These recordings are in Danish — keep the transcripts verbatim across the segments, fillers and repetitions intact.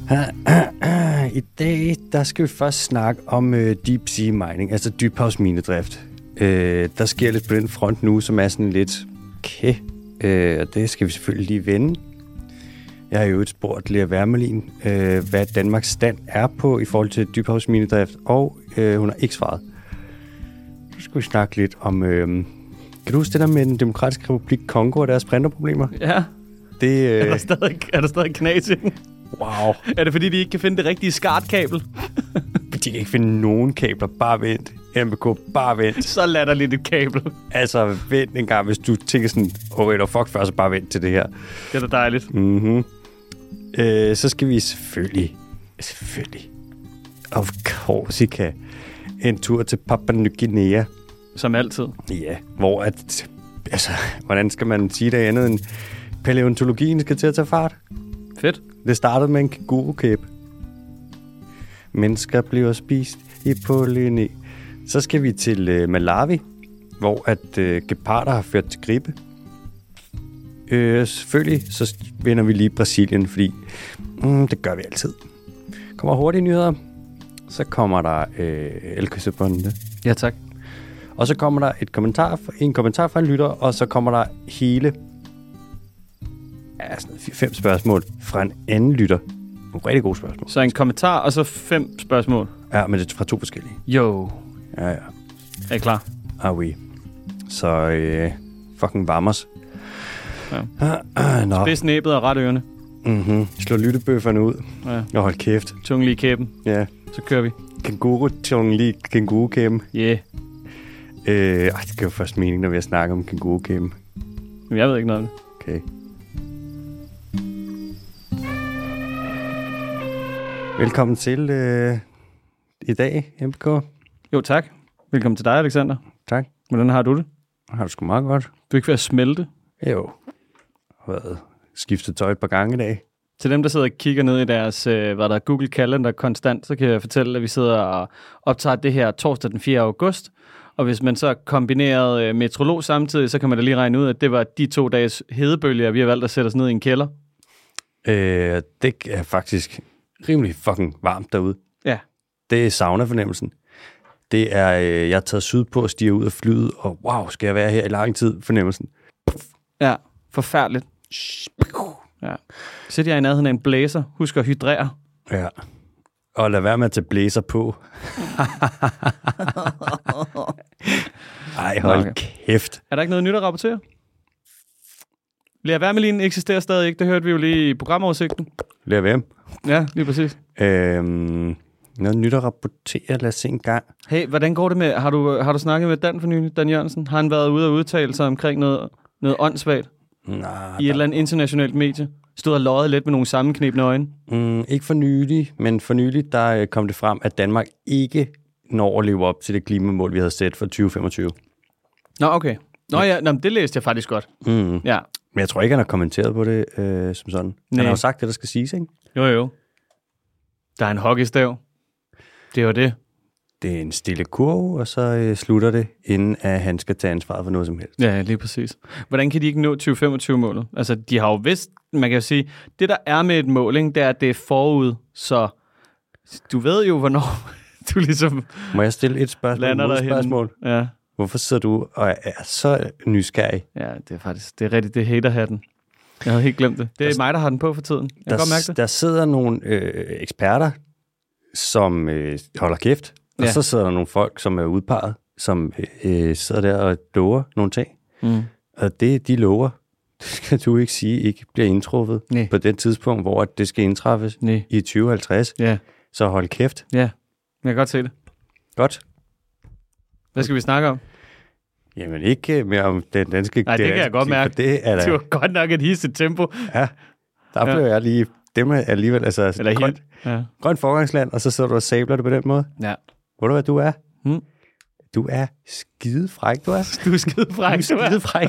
I dag, der skal vi først snakke om øh, deep sea mining, altså dybhavsminedrift. Øh, der sker lidt på den front nu, som er sådan lidt okay, øh, og det skal vi selvfølgelig lige vende. Jeg har jo et spurgt Lea Wermelin, øh, hvad Danmarks stand er på i forhold til dybhavsminedrift, og øh, hun har ikke svaret. Så skal vi snakke lidt om... Øh, kan du huske det der med den demokratiske republik Kongo og deres printerproblemer? Ja. Det, øh... er, der stadig, er der stadig knas i den? Wow. Er det fordi, de ikke kan finde det rigtige SCART-kabel? De kan ikke finde nogen kabler. Bare vent. M B K, bare vent. Så latterligt et kabel. Altså, vent en gang, hvis du tænker sådan, åh, oh, eller fuck først, så bare vent til det her. Det er da dejligt. Mhm. Øh, så skal vi selvfølgelig, selvfølgelig, of Corsica, en tur til Papua Ny Guinea. Som altid. Ja, hvor at, altså, hvordan skal man sige det andet end paleontologien skal til at tage fart? Fedt. Det startede med en kængurukæbe. Mennesker bliver spist i Polyne. Så skal vi til øh, Malawi, hvor at øh, geparder har ført til gribe. Øh, selvfølgelig så vender vi lige Brasilien, fordi mm, det gør vi altid. Kommer hurtige nyheder. Så kommer der øh, El Quisebonde. Ja, tak. Og så kommer der et kommentar, en kommentar fra en lytter, og så kommer der hele ja, sådan fem spørgsmål fra en anden lytter. Nogle rigtig gode spørgsmål. Så en kommentar, og så fem spørgsmål. Ja, men det er fra to forskellige. Jo. Ja, ja. Er I klar? Ah, oui. Så øh, fucking varmers. Ja. Ah, ah, nå. Spids næbet og ret ørerne. Mhm. Slå lyttebøfferne ud. Ja. Og hold kæft. Tunge lige i kæben. Ja. Så kører vi. Kænguru, tunge lige kængurukæben. Yeah. Øh, ej, det giver først mening, når vi har snakket om kængurukæben. Men jeg ved ikke noget om det. Okay. Velkommen til øh, i dag, M K. Jo, tak. Velkommen til dig, Alexander. Tak. Hvordan har du det? Har du sgu meget godt. Du er ikke ved at smelte? Jo. Har været skiftet tøj et par gange i dag. Til dem, der sidder og kigger ned i deres øh, hvad der er, Google Calendar konstant, så kan jeg fortælle, at vi sidder og optager det her torsdag den fjerde august. Og hvis man så kombinerede øh, meteorolog samtidig, så kan man da lige regne ud, at det var de to dages hedebølger, vi har valgt at sætte os ned i en kælder. Øh, det er faktisk rimelig fucking varmt derude. Ja. Det er sauna-fornemmelsen. Det er, øh, jeg har taget sydpå og stiger ud af flyet, og wow, skal jeg være her i lang tid, fornemmelsen. Ja, forfærdeligt. Ja. Sæt jer i nærheden af en blæser. Husk at hydrere. Ja. Og lad være med at tage blæser på. Ej, hold okay. Kæft. Er der ikke noget nyt at rapportere? Lea Wermelin eksisterer stadig ikke. Det hørte vi jo lige i programoversigten. Lea hvem? Ja, lige præcis. Øhm, noget nyt at rapportere. Lad os se en gang. Hey, hvordan går det med... Har du, har du snakket med Dan for nylig, Dan Jørgensen? Har han været ude og udtale sig omkring noget, noget åndssvagt? Nej. I et eller andet internationalt medie? Stod og løjet lidt med nogle sammenknebne øjne? Mm, ikke for nylig, men for nylig, der kom det frem, at Danmark ikke når at leve op til det klimamål, vi havde sat for tyve femogtyve. Nå, okay. Nå ja, nå, det læste jeg faktisk godt. Mm. Ja. Men jeg tror ikke, han har kommenteret på det øh, som sådan. Nej. Han har jo sagt det, der skal siges, ikke? Jo, jo. Der er en hockeystav. Det er jo det. Det er en stille kurve, og så øh, slutter det, inden at han skal tage ansvaret for noget som helst. Ja, lige præcis. Hvordan kan de ikke nå tyve femogtyve-målet? Altså, de har jo vist, man kan jo sige, det der er med et mål, ikke, det er, at det er forud, så du ved jo, hvornår du ligesom... Må jeg stille et spørgsmål? Lander der spørgsmål? Ja. Hvorfor sidder du og er så nysgerrig? Ja, det er faktisk, det er rigtigt, det er haterhatten. Jeg havde helt glemt det. Det er der, mig, der har den på for tiden. Jeg der, kan godt mærke det. Der sidder nogle øh, eksperter, som øh, holder kæft, og ja. Så sidder der nogle folk, som er udpeget, som øh, sidder der og lover nogle ting. Mm. Og det, de lover, det skal du ikke sige, ikke bliver indtruffet nee. På det tidspunkt, hvor det skal indtræffes nee. i tyve halvtreds. Ja. Så hold kæft. Ja, jeg kan godt se det. Godt. Hvad skal vi snakke om? Jamen ikke mere om den danske... Nej, det kan jeg godt mærke. Det, er det var godt nok et hisset tempo. Ja, der ja. blev jeg lige... Dem er alligevel... Altså, Eller grøn, ja. grøn forgangsland, og så sidder du og sabler det på den måde. Ja. Ved du, hvad du er? Hmm? Du er skidefræk, du er. Du er skidefræk, du er. Skidefræk.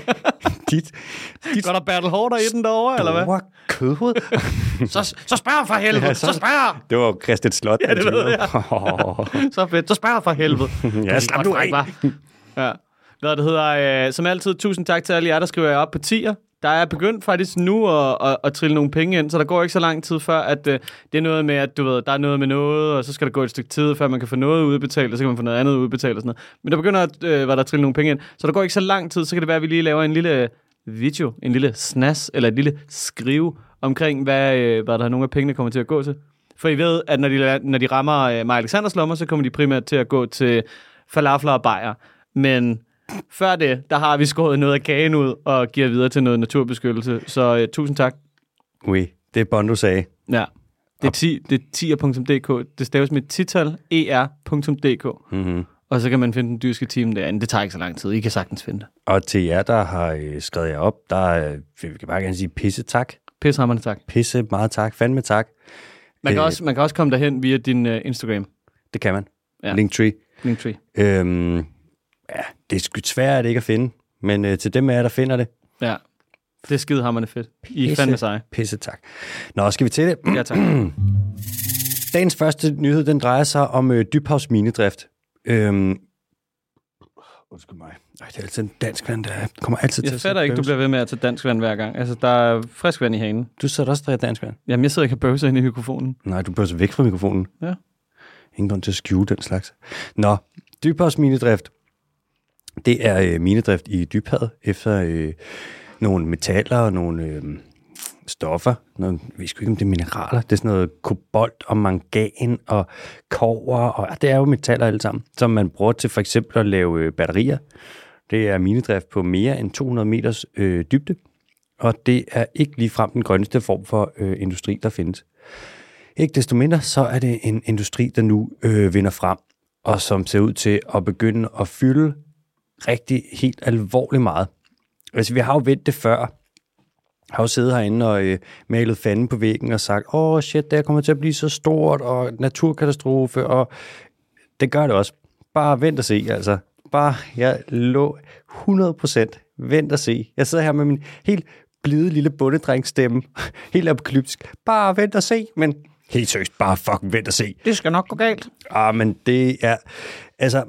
dit, dit... Går der Bertel Haarder i den derovre, eller hvad? Kødhoved. så, så spørg for helvede, ja, så, så spørg! Det var jo Christian Slot. Ja, det ved jeg. så fedt, så spørg for helvede. ja, slap du af. Ja. Hvad det hedder, øh, som altid, tusind tak til alle jer, der skriver jer op på tier. der er begyndt faktisk nu at, at, at trille nogle penge ind, så der går ikke så lang tid før, at uh, det er noget med, at du ved, der er noget med noget, og så skal der gå et stykke tid, før man kan få noget udbetalt, og så kan man få noget andet udbetalt og sådan noget. Men der begynder at uh, være der trille nogle penge ind, så der går ikke så lang tid, så kan det være, at vi lige laver en lille video, en lille snas, eller et lille skrive omkring, hvad, uh, hvad der er nogle af pengene kommer til at gå til. For I ved, at når de, når de rammer uh, Maja Alexanders lommer, så kommer de primært til at gå til falafler og bajer. Men før det, der har vi skåret noget af kagen ud og giver videre til noget naturbeskyttelse. Så uh, tusind tak. Oui, det er Bondo sagde. Ja, det er, ti, det er tier punktum d k. Det staves med tital, er punktum d k. Mm-hmm. Og så kan man finde den dyrske time derinde. Det tager ikke så lang tid. I kan sagtens finde det. Og til jer, der har øh, skrevet jer op, der øh, vi kan bare gerne sige pisse tak. Pissehammerende tak. Pisse meget tak. Fandme tak. Man kan, øh, også, man kan også komme derhen via din uh, Instagram. Det kan man. Ja. Linktree. Linktree. Øhm, ja, det er sgu svært ikke at finde, men øh, til dem af jer, der finder det. Ja, det er skidehammerende fedt. I er Pisse, fandme seje. Pisse tak. Nå, skal vi til det? Ja, tak. Dagens første nyhed, den drejer sig om øh, dybhavsminedrift. Øhm, undskyld mig. Ej, det er altid en dansk vand, der kommer altid Jeg til at fatter ikke, du bliver ved med at tage dansk vand hver gang. Altså, der er frisk vand i hanen. Du sidder også drikker dansk vand? Jamen, jeg sidder ikke og bøvser ind i mikrofonen. Nej, du bøvser væk fra mikrofonen. Ja. Ingen grund til at skjule den slags. Nå, dybhavsminedrift. Det er øh, minedrift i dybhavet efter øh, nogle metaller og nogle øh, stoffer. Nogle, jeg ved sgu ikke, om det er mineraler. Det er sådan noget kobolt og mangan og kobber. Og, ja, det er jo metaller alle sammen, som man bruger til for eksempel at lave øh, batterier. Det er minedrift på mere end to hundrede meters øh, dybde. Og det er ikke ligefrem den grønneste form for øh, industri, der findes. Ikke desto mindre, så er det en industri, der nu øh, vinder frem, og som ser ud til at begynde at fylde rigtig helt alvorligt meget. Altså, vi har jo vendt det før. Jeg har jo siddet herinde og øh, malet fanden på væggen og sagt, åh oh, shit, det kommer til at blive så stort, og naturkatastrofe, og det gør det også. Bare vent og se, altså. Bare, jeg lå hundrede procent vent og se. Jeg sidder her med min helt blide lille bondedrengstemme, helt apokalyptisk. Bare vent og se, men helt seriøst, bare fucking vent og se. Det skal nok gå galt. Ah, men det er, altså,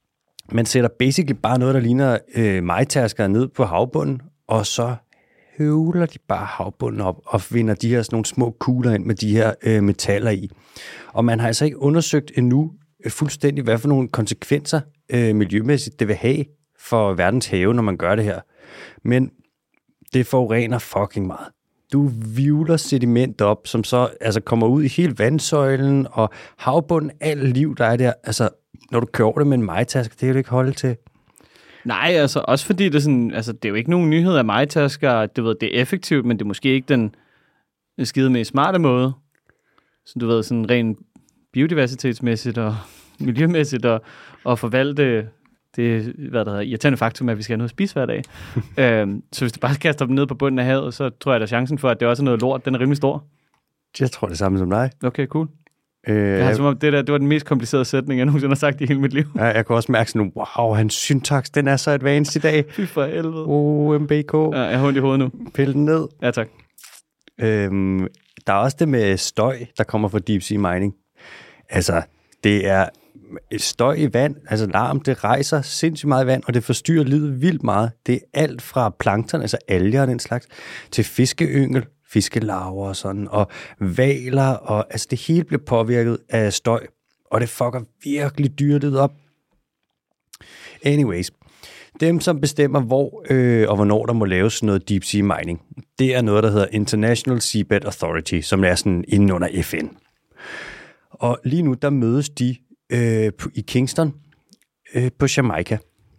man sætter basically bare noget, der ligner øh, majtærskere ned på havbunden, og så høvler de bare havbunden op og finder de her sådan nogle små kugler ind med de her øh, metaller i. Og man har altså ikke undersøgt endnu øh, fuldstændig, hvad for nogle konsekvenser øh, miljømæssigt det vil have for verdens have, når man gør det her. Men det forurener fucking meget. Du vivler sediment op, som så altså kommer ud i hele vandsøjlen og havbunden, alt liv, der er der. Altså, når du kører over det med en majtaske, det kan du ikke holde til. Nej, altså også fordi det er sådan, altså det er jo ikke nogen nyhed af majtasker, du ved, det er effektivt, men det er måske ikke den skide med smarte måde. Så du ved, sådan rent biodiversitetsmæssigt og miljømæssigt og, og forvalte det, hvad der hedder, irriterende faktum, at vi skal have noget at spise hver dag. øhm, så hvis du bare kaster dem ned på bunden af havet, så tror jeg, der er chancen for, at det også er noget lort. Den er rimelig stor. Jeg tror det samme som dig. Okay, cool. Øh, jeg har som om, det der, det var den mest komplicerede sætning, jeg nogensinde har sagt i hele mit liv. Ja, jeg kan også mærke sådan, wow, hans syntaks, den er så advanced i dag. Fy for helvede. O M B K. Ja, jeg har ondt i hovedet nu. Pille den ned. Ja, tak. Øhm, der er også det med støj, der kommer fra deep sea mining. Altså, det er støj i vand, altså larm, det rejser sindssygt meget vand, og det forstyrrer livet vildt meget. Det er alt fra plankton, altså alger og den slags, til fiskeyngel, fiskelarver og sådan, og hvaler, og altså det hele bliver påvirket af støj, og det fucker virkelig dyrelivet op. Anyways, dem som bestemmer, hvor øh, og hvornår der må laves noget deep sea mining, det er noget, der hedder International Seabed Authority, som er sådan inde under F N. Og lige nu, der mødes de øh, i Kingston øh, på Jamaica.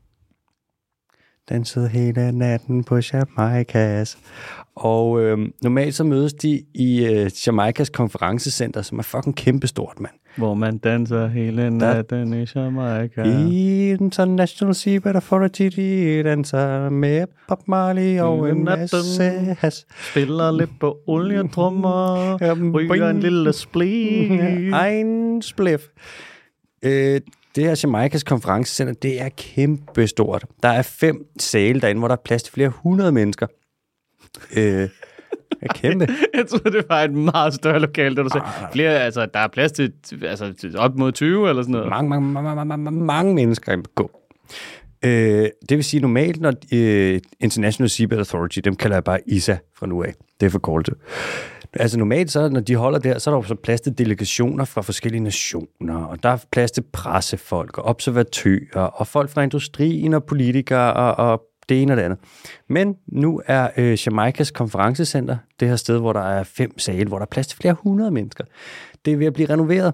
Dansede hele natten på Jamaicas. Og øh, normalt så mødes de i øh, Jamaicas konferencecenter, som er fucking kæmpestort, mand. Hvor man danser hele natten i Jamaica. International Seabed Authority, de danser med Bob Marley og en masse has. Spiller lidt på olietrummer, ryger en lille split. Ein spliff. Øh, det her Jamaicas konferencecenter, det er kæmpestort. Der er fem sale derinde, hvor der er plads til flere hundrede mennesker. Øh, er kæmpe. Jeg troede, det var et meget større lokal, der du sagde. Flere, altså, der er plads til, altså, op mod tyve eller sådan noget. Mange, mange, mange, mange, mange, mange mennesker gå. Øh, det vil sige normalt, når øh, International Seabed Authority, dem kalder jeg bare I S A fra nu af. Det er for kort. Altså normalt, så, når de holder der, så er der så plads til delegationer fra forskellige nationer, og der er plads til pressefolk og observatører, og folk fra industrien og politikere og, og det ene og det andet. Men nu er øh, Jamaicas konferencecenter, det her sted, hvor der er fem sale, hvor der er plads til flere hundrede mennesker. Det er ved at blive renoveret.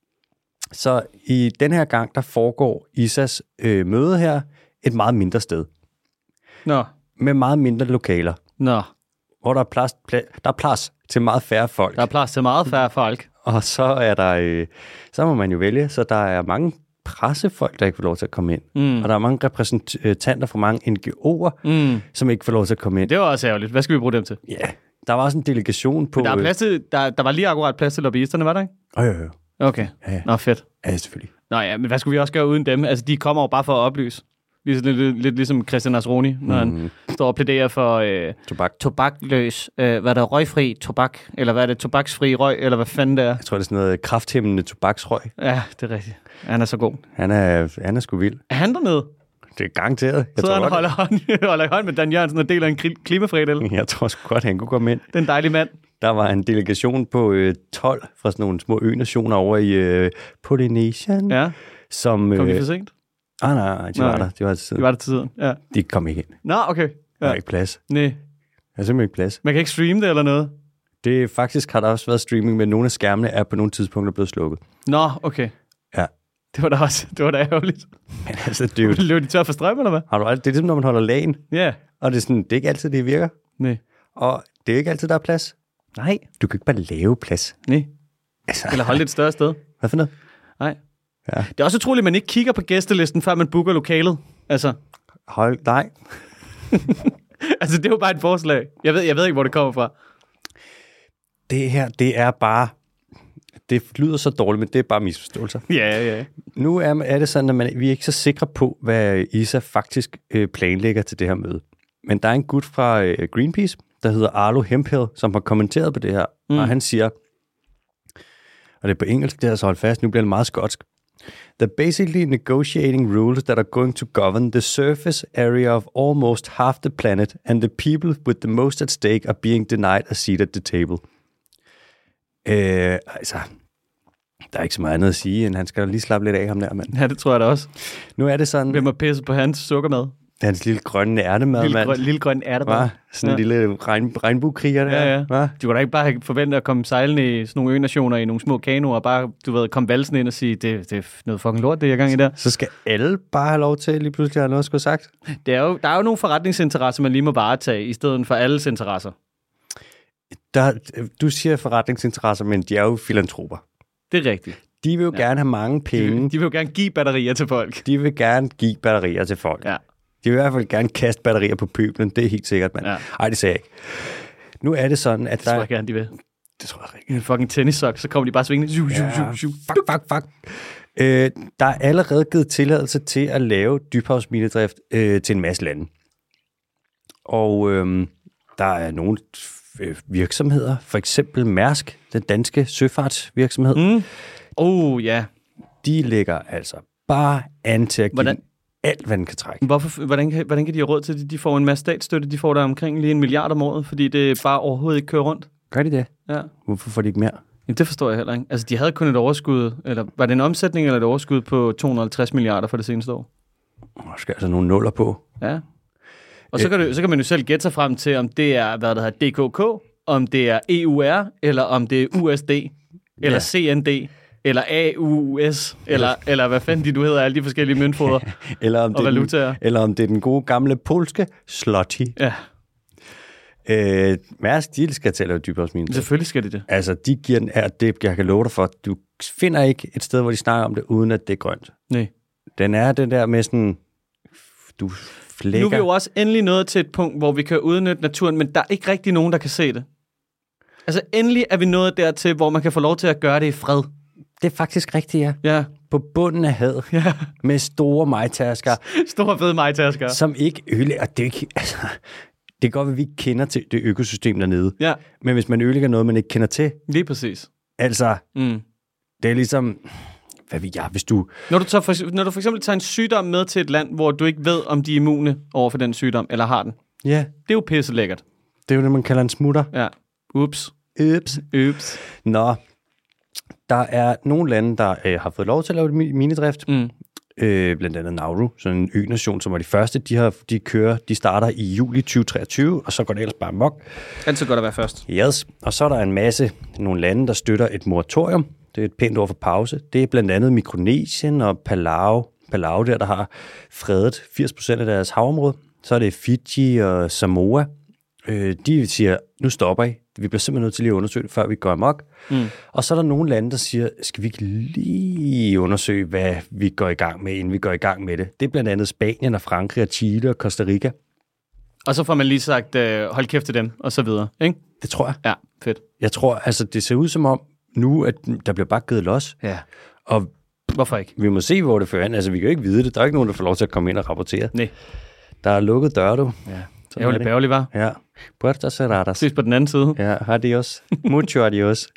Så i den her gang, der foregår I S A's øh, møde her et meget mindre sted. Nå. Med meget mindre lokaler. Nå. Hvor der er plads, pla- der er plads til meget færre folk. Der er plads til meget færre folk. Og så er der, øh, så må man jo vælge, så der er mange pressefolk, der ikke får lov til at komme ind. Mm. Og der er mange repræsentanter fra mange N G O'er, mm. som ikke får lov til at komme ind. Det var også ærgerligt. Hvad skal vi bruge dem til? Ja, yeah. Der var også en delegation på... Men der, er plads til, der, der var lige akkurat plads til lobbyisterne, var der ikke? Åh, oh, jo, jo. Okay. Ja, ja. Nå, fedt. Ja, selvfølgelig. Nå ja, men hvad skulle vi også gøre uden dem? Altså, de kommer jo bare for at oplyse. Lidt, lidt, lidt ligesom Christian Asroni, når mm. han står og plæderer for øh, tobak. tobakløs, øh, hvad er der, røgfri tobak, eller hvad er det, tobaksfri røg, eller hvad fanden det er? Jeg tror, det er sådan noget krafthæmmende tobaksrøg. Ja, det er rigtigt. Han er så god. Han er, han er sgu vild. Er han dernede? Det er garanteret. Så han holder hånd, holder hånd med Dan Jørgensen og deler en klimafredel. Jeg tror sgu godt, han kunne komme ind. Den dejlige mand. Der var en delegation på øh, tolv fra sådan nogle små ø-nationer over i øh, Polynesien. Ja. Som, øh, kom de for sent? Ah, nej, nej, de nej. var der. De var, de var der til tiden, ja. De kom ikke ind. Nå, okay. Ja. Der er ikke plads. Nej. Der er simpelthen ikke plads. Man kan ikke streame det eller noget? Det faktisk har der også været streaming, men nogle af skærmene er på nogle tidspunkter blevet slukket. Nå, okay. Ja. Det var da også, det var da ærgerligt. Men altså, det er jo... Løb de tør for strøm, eller hvad? Har du aldrig, det er ligesom, når man holder lagen. Ja. Yeah. Og det er sådan, det er ikke altid, det virker. Nej. Og det er ikke altid, der er plads. Nej. Du kan ikke bare lave plads. Nej. Altså, eller holde et større sted. Hvad for noget? Nej. Ja. Det er også utroligt, at man ikke kigger på gæstelisten, før man booker lokalet. Altså. Hold, nej. altså, det er jo bare et forslag. Jeg ved, jeg ved ikke, hvor det kommer fra. Det her, det er bare... Det lyder så dårligt, men det er bare misforståelser. Ja, ja. Nu er, er det sådan, at man, vi er ikke så sikre på, hvad I S A faktisk øh, planlægger til det her møde. Men der er en gut fra øh, Greenpeace, der hedder Arlo Hemphill, som har kommenteret på det her. Mm. Og han siger, og det er på engelsk, det er så holdt fast, nu bliver det meget skotsk. They're basically negotiating rules that are going to govern the surface area of almost half the planet, and the people with the most at stake are being denied a seat at the table. Øh, altså, der er ikke så meget andet at sige, end han skal lige slappe lidt af ham der, mand. Ja, det tror jeg da også. Nu er det sådan... Hvem har pisset på hans sukkermad? Hans lille grønne ærtemad, lille, mand. Grøn, lille grønne ærtemad. Hva? Sådan en ja. lille regn, regnbuekriger der. Ja, ja. Hva? Du kan da ikke bare forvente at komme sejlende i sådan nogle ø-nationer i nogle små kanoer, og bare, du ved, komme valsen ind og sige, det, det er noget fucking lort, det er i gang i der. Så skal alle bare have lov til at lige pludselig have noget at skulle sagt? Det er jo, der er jo nogle forretningsinteresser, man lige må varetage, i stedet for alles interesser. Der, du siger forretningsinteresser, men de er jo filantroper. Det er rigtigt. De vil jo ja. gerne have mange penge. De, de vil jo gerne give batterier til folk. De vil gerne give batterier til folk. Ja. De vil i hvert fald gerne kaste batterier på pøblen. Det er helt sikkert, mand. Ja. Ej, det sagde jeg ikke. Nu er det sådan, at det der... Det tror jeg gerne, de vil. Det tror jeg ikke. En fucking tennissok, så kommer de bare svingende. Ja. Fuck, fuck, fuck. Øh, der er allerede givet tilladelse til at lave dybhavsminedrift øh, til en masse lande. Og øh, der er nogle virksomheder, for eksempel Mærsk, den danske søfartsvirksomhed. Mm. Oh, ja. Yeah. De lægger altså bare an til at give hvordan? alt, hvad den kan trække. Hvorfor, hvordan, kan, hvordan kan de have råd til det? De får en masse statsstøtte, de får der omkring lige en milliard om året, fordi det bare overhovedet ikke kører rundt. Gør de det? Ja. Hvorfor får de ikke mere? Jamen, det forstår jeg heller ikke. Altså, de havde kun et overskud, eller var det en omsætning eller et overskud på to hundrede og halvtreds milliarder for det seneste år? Der skal altså nogle nuller på. Ja. Og så kan, du, så kan man jo selv gætte sig frem til, om det er, hvad der hedder, D K K, om det er E U R, eller om det er U S D, eller ja. C N D, eller A U S, eller, ja. eller hvad fanden de nu hedder, alle de forskellige møntfoder eller om og det valutaer. Den, eller om det er den gode gamle polske zloty. Ja. Øh, Mærsk, de skal til at lave dybhavsmine. Selvfølgelig skal de det. Altså, de giver den her, det jeg kan love dig for. Du finder ikke et sted, hvor de snakker om det, uden at det er grønt. Nej. Den er den der med sådan, du flækker. Nu er vi jo også endelig nået til et punkt, hvor vi kan udnytte naturen, men der er ikke rigtig nogen, der kan se det. Altså, endelig er vi nået dertil, hvor man kan få lov til at gøre det i fred. Det er faktisk rigtigt, ja. Ja. På bunden af havet. Ja. Med store majtasker. Store fede majtasker. Som ikke ødelægger. Det er ikke, altså, det kan godt være, at vi ikke kender til det økosystem dernede. Ja. Men hvis man ødelægger noget, man ikke kender til. Lige præcis. Altså, mm. det er ligesom... hvad ved jeg, hvis du... Når du, tager for, når du for eksempel tager en sygdom med til et land, hvor du ikke ved, om de er immune over for den sygdom, eller har den. Ja. Det er jo pisse lækkert. Det er jo det, man kalder en smutter. Ja. Ups. Ups. Ups. Nå, der er nogle lande, der øh, har fået lov til at lave minedrift. Mm. Øh, blandt andet Nauru, sådan en ø-nation, som var de første. De, har, de kører, de starter i juli tyve treogtyve, og så går det ellers bare mok. Altid godt at være først. Yes. Og så er der en masse, nogle lande, der støtter et moratorium. Det er et pænt ord for pause. Det er blandt andet Mikronesien og Palau. Palau der, der har fredet firs procent af deres havområde. Så er det Fiji og Samoa. Øh, de siger, nu stopper I. Vi bliver simpelthen nødt til lige at undersøge det, før vi går amok. Mm. Og så er der nogle lande, der siger, skal vi ikke lige undersøge, hvad vi går i gang med, inden vi går i gang med det. Det er blandt andet Spanien og Frankrig og Chile og Costa Rica. Og så får man lige sagt, øh, hold kæft til dem, og så videre, ikke? Det tror jeg. Ja, fedt. Jeg tror, altså det ser ud som om, nu at der bliver bare givet los. Ja. Og hvorfor ikke? Vi må se, hvor det fører hen. Altså, vi kan jo ikke vide det. Der er ikke nogen, der får lov til at komme ind og rapportere. Nej. Der er lukket døre, du. Ja. Det er jo lidt bærgerligt, var. Ja. Puertas cerradas. Ses på den anden side. Ja, adios. Mucho adios.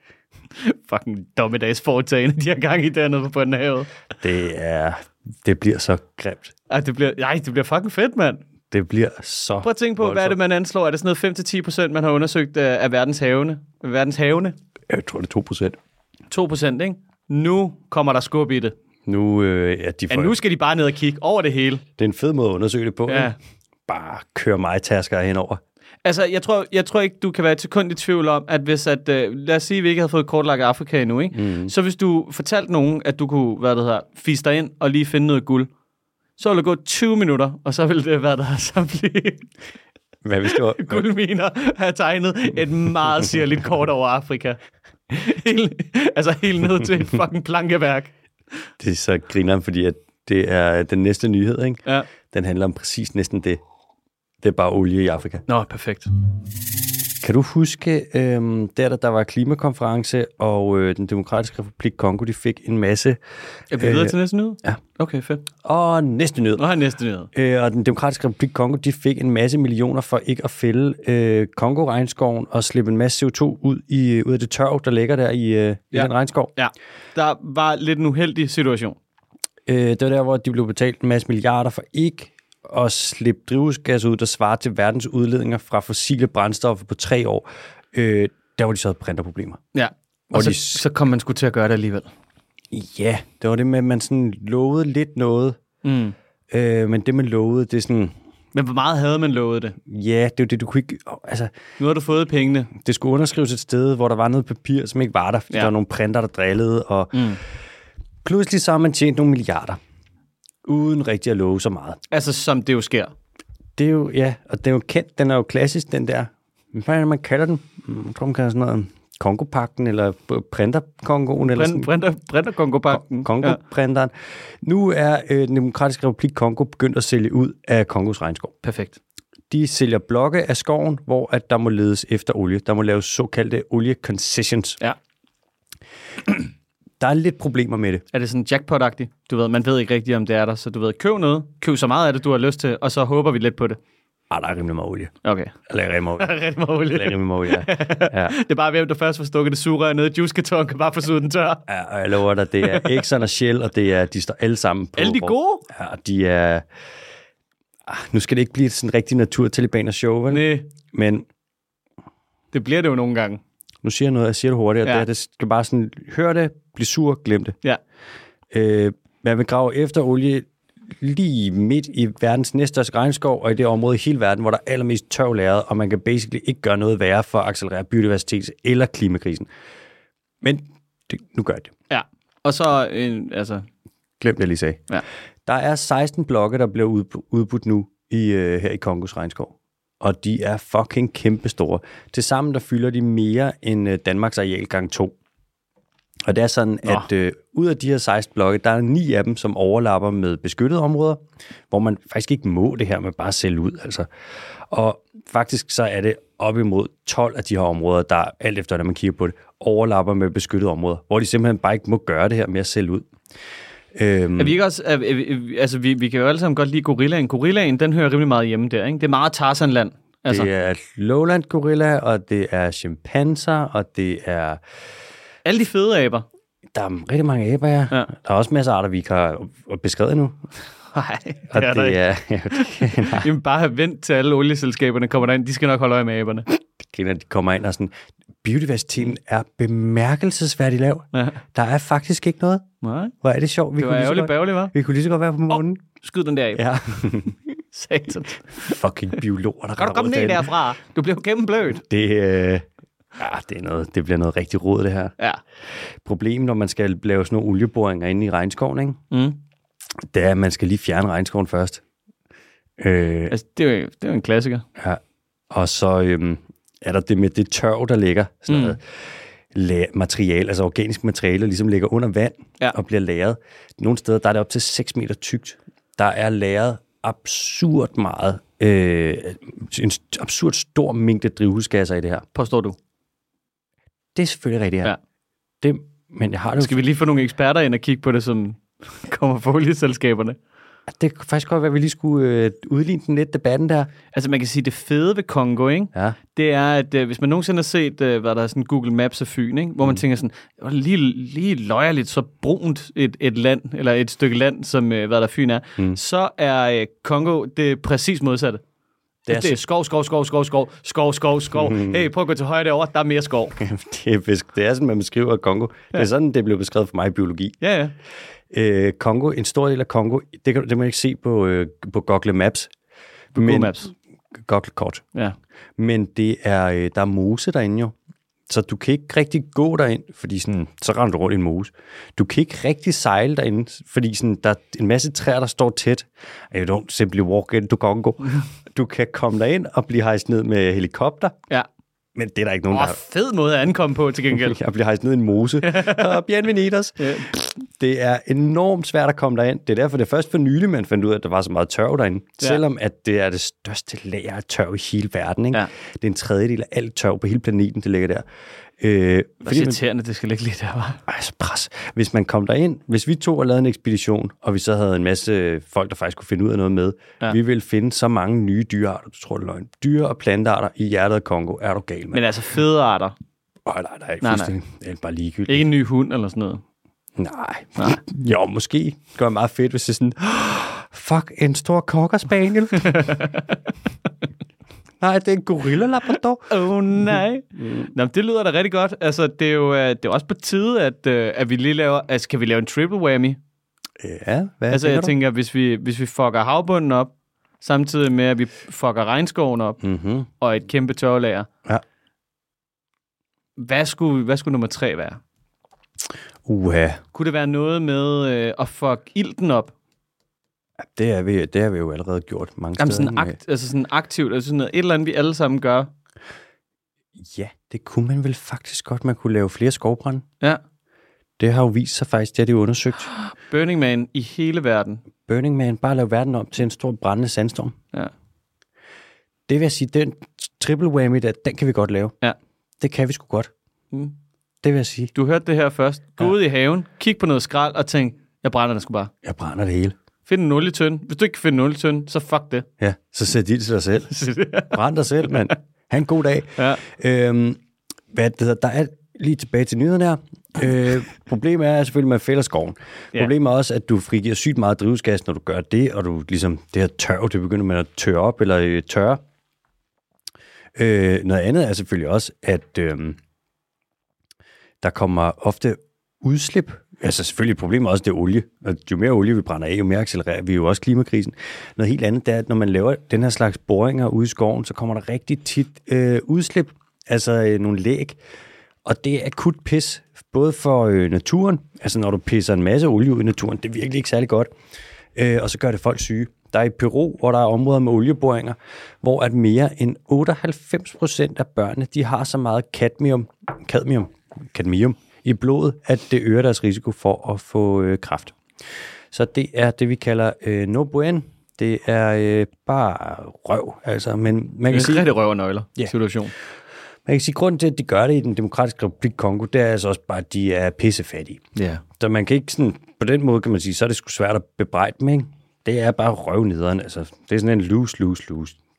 Fucking dommedags foretagende, de har gang i dernede på bunden af havet. Det er... Det bliver så grimt. Ej, det bliver, ej, det bliver fucking fedt, mand. Det bliver så... Prøv at tænke på, voldsomt. Hvad er det, man anslår? Er det sådan noget fem til ti procent, man har undersøgt af, af verdens havene? Verdens havene? Jeg tror, det er to procent. to procent, ikke? Nu kommer der skub i det. Nu, øh, ja, de får... ja, nu skal de bare ned og kigge over det hele. Det er en fed måde at undersøge det på. Ja. Ikke? Bare køre mig tasker henover. Altså, jeg tror, jeg tror ikke, du kan være et sekund i tvivl om, at hvis at, øh, lad os sige, at vi ikke havde fået kortlagt Afrika endnu, ikke? Mm. Så hvis du fortalte nogen, at du kunne, hvad det hedder, fise dig ind og lige finde noget guld, så ville det gå tyve minutter, og så ville det, hvad der har samtlige hvad hvis det var... guldminer have tegnet et meget sirligt kort over Afrika. Helt, altså helt ned til et fucking plankeværk. Det er så grineren, fordi at det er den næste nyhed, ikke? Ja. Den handler om præcis næsten det. Det er bare olie i Afrika. Nå, perfekt. Kan du huske, øhm, der, der var klimakonference, og øh, den demokratiske republik Kongo, de fik en masse... Er vi videre øh, til næste nyhed? Ja. Okay, fedt. Og næste nyhed. Nå, har næste nyhed. Øh, og den demokratiske republik Kongo, de fik en masse millioner for ikke at fælde øh, Kongo-regnskoven og slippe en masse C O to ud, i, ud af det tørv, der ligger der i, øh, i ja. den regnskov. Ja, der var lidt en uheldig situation. Øh, det var der, hvor de blev betalt en masse milliarder for ikke at slippe drivhusgas ud, der svarer til verdens udledninger fra fossile brændstoffer på tre år. Øh, der var de så havde printerproblemer. Ja, og så, de... så kom man sgu til at gøre det alligevel. Ja, det var det med, at man sådan lovede lidt noget. Mm. Øh, men det, man lovede, det er sådan... Men hvor meget havde man lovet det? Ja, det var det, du kunne ikke... Altså, nu har du fået pengene. Det skulle underskrives et sted, hvor der var noget papir, som ikke var der, fordi ja. der var nogle printer, der drillede, og mm. pludselig så har man tjent nogle milliarder, uden rigtig at love så meget. Altså, som det jo sker. Det er jo, ja, og det er jo kendt, den er jo klassisk, den der... Hvad er det, man kalder den? Jeg tror, man kalder sådan noget... Kongo-pakken, eller printer-kongoen, eller sådan. Printer, printer-kongo-pakken. Kongo-printeren. Ja. Nu er øh, den demokratiske republik Kongo begyndt at sælge ud af Kongos regnskov. Perfekt. De sælger blokke af skoven, hvor at der må ledes efter olie. Der må laves såkaldte olie-concessions. Ja. Der er lidt problemer med det. Er det sådan jackpot-agtigt? Du ved, man ved ikke rigtigt, om det er der, så du ved, køb noget, køb så meget af det, du har lyst til, og så håber vi lidt på det. Ah, der er rimelig meget olie. Okay. Eller rimelig meget olie. rimelig meget olie. Rimelig meget olie, ja. Ja. Det er bare, hvem der først får stukket det sugerør ned i juicekarton, kan bare få suget den tør. Ja, og jeg lover dig, det er Exxon og Shell, og det er, de står alle sammen på. Alle de gode? Ja, de er... Ah, nu skal det ikke blive sådan en rigtig natur-talibaner-show, vel? Nej. Men... Det bliver det jo nogle gange. Nu siger jeg noget, jeg siger det hurtigt, og ja. det, det skal bare sådan... Hør det, bliv sur, glem det. Ja. Øh, man vil grave efter olie lige midt i verdens næststørste regnskov, og i det område i hele verden, hvor der er allermest tørv lagret, og man kan basically ikke gøre noget værre for at accelerere biodiversitets- eller klimakrisen. Men det, nu gør det. Ja, og så, en, altså... Glem det, jeg lige sagde. Ja. Der er seksten blokke, der bliver udbudt nu i, uh, her i Kongos regnskov, og de er fucking kæmpestore. Tilsammen der fylder de mere end uh, Danmarks areal gang to. Og det er sådan, Nå. at øh, ud af de her seksten blokke, der er ni af dem, som overlapper med beskyttede områder, hvor man faktisk ikke må det her med bare at sælge ud. Altså. Og faktisk så er det op imod tolv af de her områder, der alt efter, når man kigger på det, overlapper med beskyttede områder, hvor de simpelthen bare ikke må gøre det her med at sælge ud. Øhm. Er vi ikke også, er, er, altså vi, vi kan jo alle sammen godt lide gorillaen. Gorillaen, den hører rimelig meget hjemme der, ikke? Det er meget Tarzanland. Altså. Det er lowland gorilla, og det er chimpanser, og det er... Alle de fede aber. Der er rigtig mange aber, ja. ja. Der er også masser af arter, vi ikke har beskrevet nu. Nej, det og er det der ikke. Er, ja, det, Jamen bare have vendt til alle olieselskaberne kommer derind. De skal nok holde øje med aberne. De kommer ind og sådan, biodiversiteten er bemærkelsesværdig lav. Ja. Der er faktisk ikke noget. Nej. Hvor er det sjovt. Vi det var ærgerligt bærgerligt, hva'? Vi kunne lige så godt være på månen. Oh, skyd den der af. Ja. Satan. Fucking biologer, der kan du komme ned derfra? Du bliver gennemblødt. Det, øh, ja, det, er noget, det bliver noget rigtig rod, det her. Ja. Problemet, når man skal lave sådan nogle olieboringer inde i regnskoven, ikke? Mm. det er, at man skal lige fjerne regnskoven først. Øh, altså, det er, jo, det er jo en klassiker. Ja. Og så øhm, er der det med det tørv, der ligger. Sådan noget la- materiale, altså organisk materiale, ligesom ligger under vand ja. og bliver lagret. Nogle steder, der er det op til seks meter tykt. Der er lagret absurd meget, øh, en absurd stor mængde drivhusgasser i det her. Påstår du? Det er selvfølgelig rigtigt, ja. ja. Det, men jeg har det. Skal vi lige få nogle eksperter ind og kigge på det, som kommer fra olieselskaberne? Det kan faktisk godt være, at vi lige skulle øh, udligne den lidt, debatten der. Altså man kan sige, det fede ved Congo, ikke? Ja. Det er, at øh, hvis man nogensinde har set, øh, hvad der er sådan Google Maps af Fyn, ikke? Hvor man mm. tænker sådan, lige, lige løjerligt så brunt et, et land, eller et stykke land, som øh, hvad der Fyn er, mm. så er øh, Congo det præcis modsatte. Det er, det er skov, skov, skov, skov, skov, skov, skov, skov. Mm. Hey, prøv at gå til højre derovre, der er mere skov. det, er, det er sådan, man beskriver Congo. Ja. Det er sådan, det blev beskrevet for mig i biologi. Ja, ja. Øh, Congo, en stor del af Congo, det kan det man ikke se på, øh, på Google Maps. På Google Maps? Google kort. Ja. Men det er, øh, der er mose derinde jo. Så du kan ikke rigtig gå derind, fordi sådan, så render du rundt i en mose. Du kan ikke rigtig sejle derinde, fordi sådan, der er en masse træer, der står tæt. You don't simply walk into Congo. Du kan komme derind og blive hejst ned med helikopter. Ja. Men det er der ikke nogen, oh, der har. Fed måde at ankomme på til gengæld. Jeg bliver hejst ned i en mose. Og bienvenidos. Ja. Det er enormt svært at komme derind. Det er derfor, det er først for nylig, man fandt ud af, at der var så meget tørv derinde. Ja. Selvom at det er det største lager af tørv i hele verden. Ikke? Ja. Det er en tredjedel af alt tørv på hele planeten, det ligger der. Øh, Hvad irriterende, det skal ligge lige der, var. Altså, pres. Hvis man kom derind, hvis vi to og lavede en ekspedition, og vi så havde en masse folk, der faktisk kunne finde ud af noget med, ja. vi ville finde så mange nye dyrearter, du tror det er løgn. Dyre- og plantearter i hjertet af Congo. Er du gal, mand? Men altså fede arter? Åh, oh, nej, der er ikke fuldstændig. Det er bare ligegyldigt. Ikke en ny hund eller sådan noget? Nej. nej. Jo, måske. Det gør meget fedt, hvis det er sådan, fuck, en stor cocker spaniel. Nej, det er en gorilla labrador. Åh, oh, nej. Mm. Nå, det lyder da rigtig godt. Altså, det er jo det er også på tide, at, at vi lige laver... Altså, kan vi lave en triple whammy? Ja, hvad Altså, jeg du? tænker, hvis vi, hvis vi fucker havbunden op, samtidig med, at vi fucker regnskoven op, mm-hmm. og et kæmpe tørvelager. Ja. Hvad skulle, hvad skulle nummer tre være? Uha. Kunne det være noget med øh, at fuck ilten op? Det har vi, det har vi jo allerede gjort mange Jamen, steder. Sådan akt, altså sådan aktivt, altså sådan noget, et eller andet, vi alle sammen gør. Ja, det kunne man vel faktisk godt. Man kunne lave flere skovbrænde. Ja. Det har jo vist sig faktisk, det har de jo undersøgt. Burning Man i hele verden. Burning Man, bare lave verden om til en stor brændende sandstorm. Ja. Det vil jeg sige, den triple whammy, der, den kan vi godt lave. Ja. Det kan vi sgu godt. Mm. Det vil jeg sige. Du hørte det her først. Gå ja. ud i haven, kig på noget skrald og tænk, jeg brænder det sgu bare. Jeg brænder det hele. Find en olietønde. Hvis du ikke kan finde en olietønde, så fuck det. Ja, så sæt ild til dig selv. Brænd dig selv, mand. Ha' en god dag. Ja. Øhm, hvad det hedder, der er lige tilbage til nyhederne her. Øh, problemet er selvfølgelig, at man fælder skoven. Ja. Problemet er også, at du frigiver sygt meget drivhusgas, når du gør det, og du ligesom, det her tørv, det begynder med at tørre op, eller øh, tørre. Øh, noget andet er selvfølgelig også, at øh, der kommer ofte udslip. Altså selvfølgelig problemet også, det er olie. Og jo mere olie vi brænder af, jo mere accelererer vi jo også klimakrisen. Noget helt andet, det er, at når man laver den her slags boringer ude i skoven, så kommer der rigtig tit øh, udslip, altså øh, nogle læg. Og det er akut pis, både for øh, naturen, altså når du pisser en masse olie ud i naturen, det er virkelig ikke særlig godt. Øh, og så gør det folk syge. Der er i Peru, hvor der er områder med olieboringer, hvor at mere end otteoghalvfems procent af børnene, de har så meget cadmium, cadmium, cadmium i blodet, at det øger deres risiko for at få øh, kræft. Så det er det, vi kalder øh, no buen. Det er øh, bare røv, altså. Men man kan sige, rigtig røv og nøgler ja. situation. Man kan sige, grunden til, at de gør det i den demokratiske republik Kongo, det er altså også bare, at de er pissefattige. Ja. Så man kan ikke sådan, på den måde kan man sige, så er det sgu svært at bebrejde dem, ikke? Det er bare røvnederen, altså. Det er sådan en lose, lose, lose.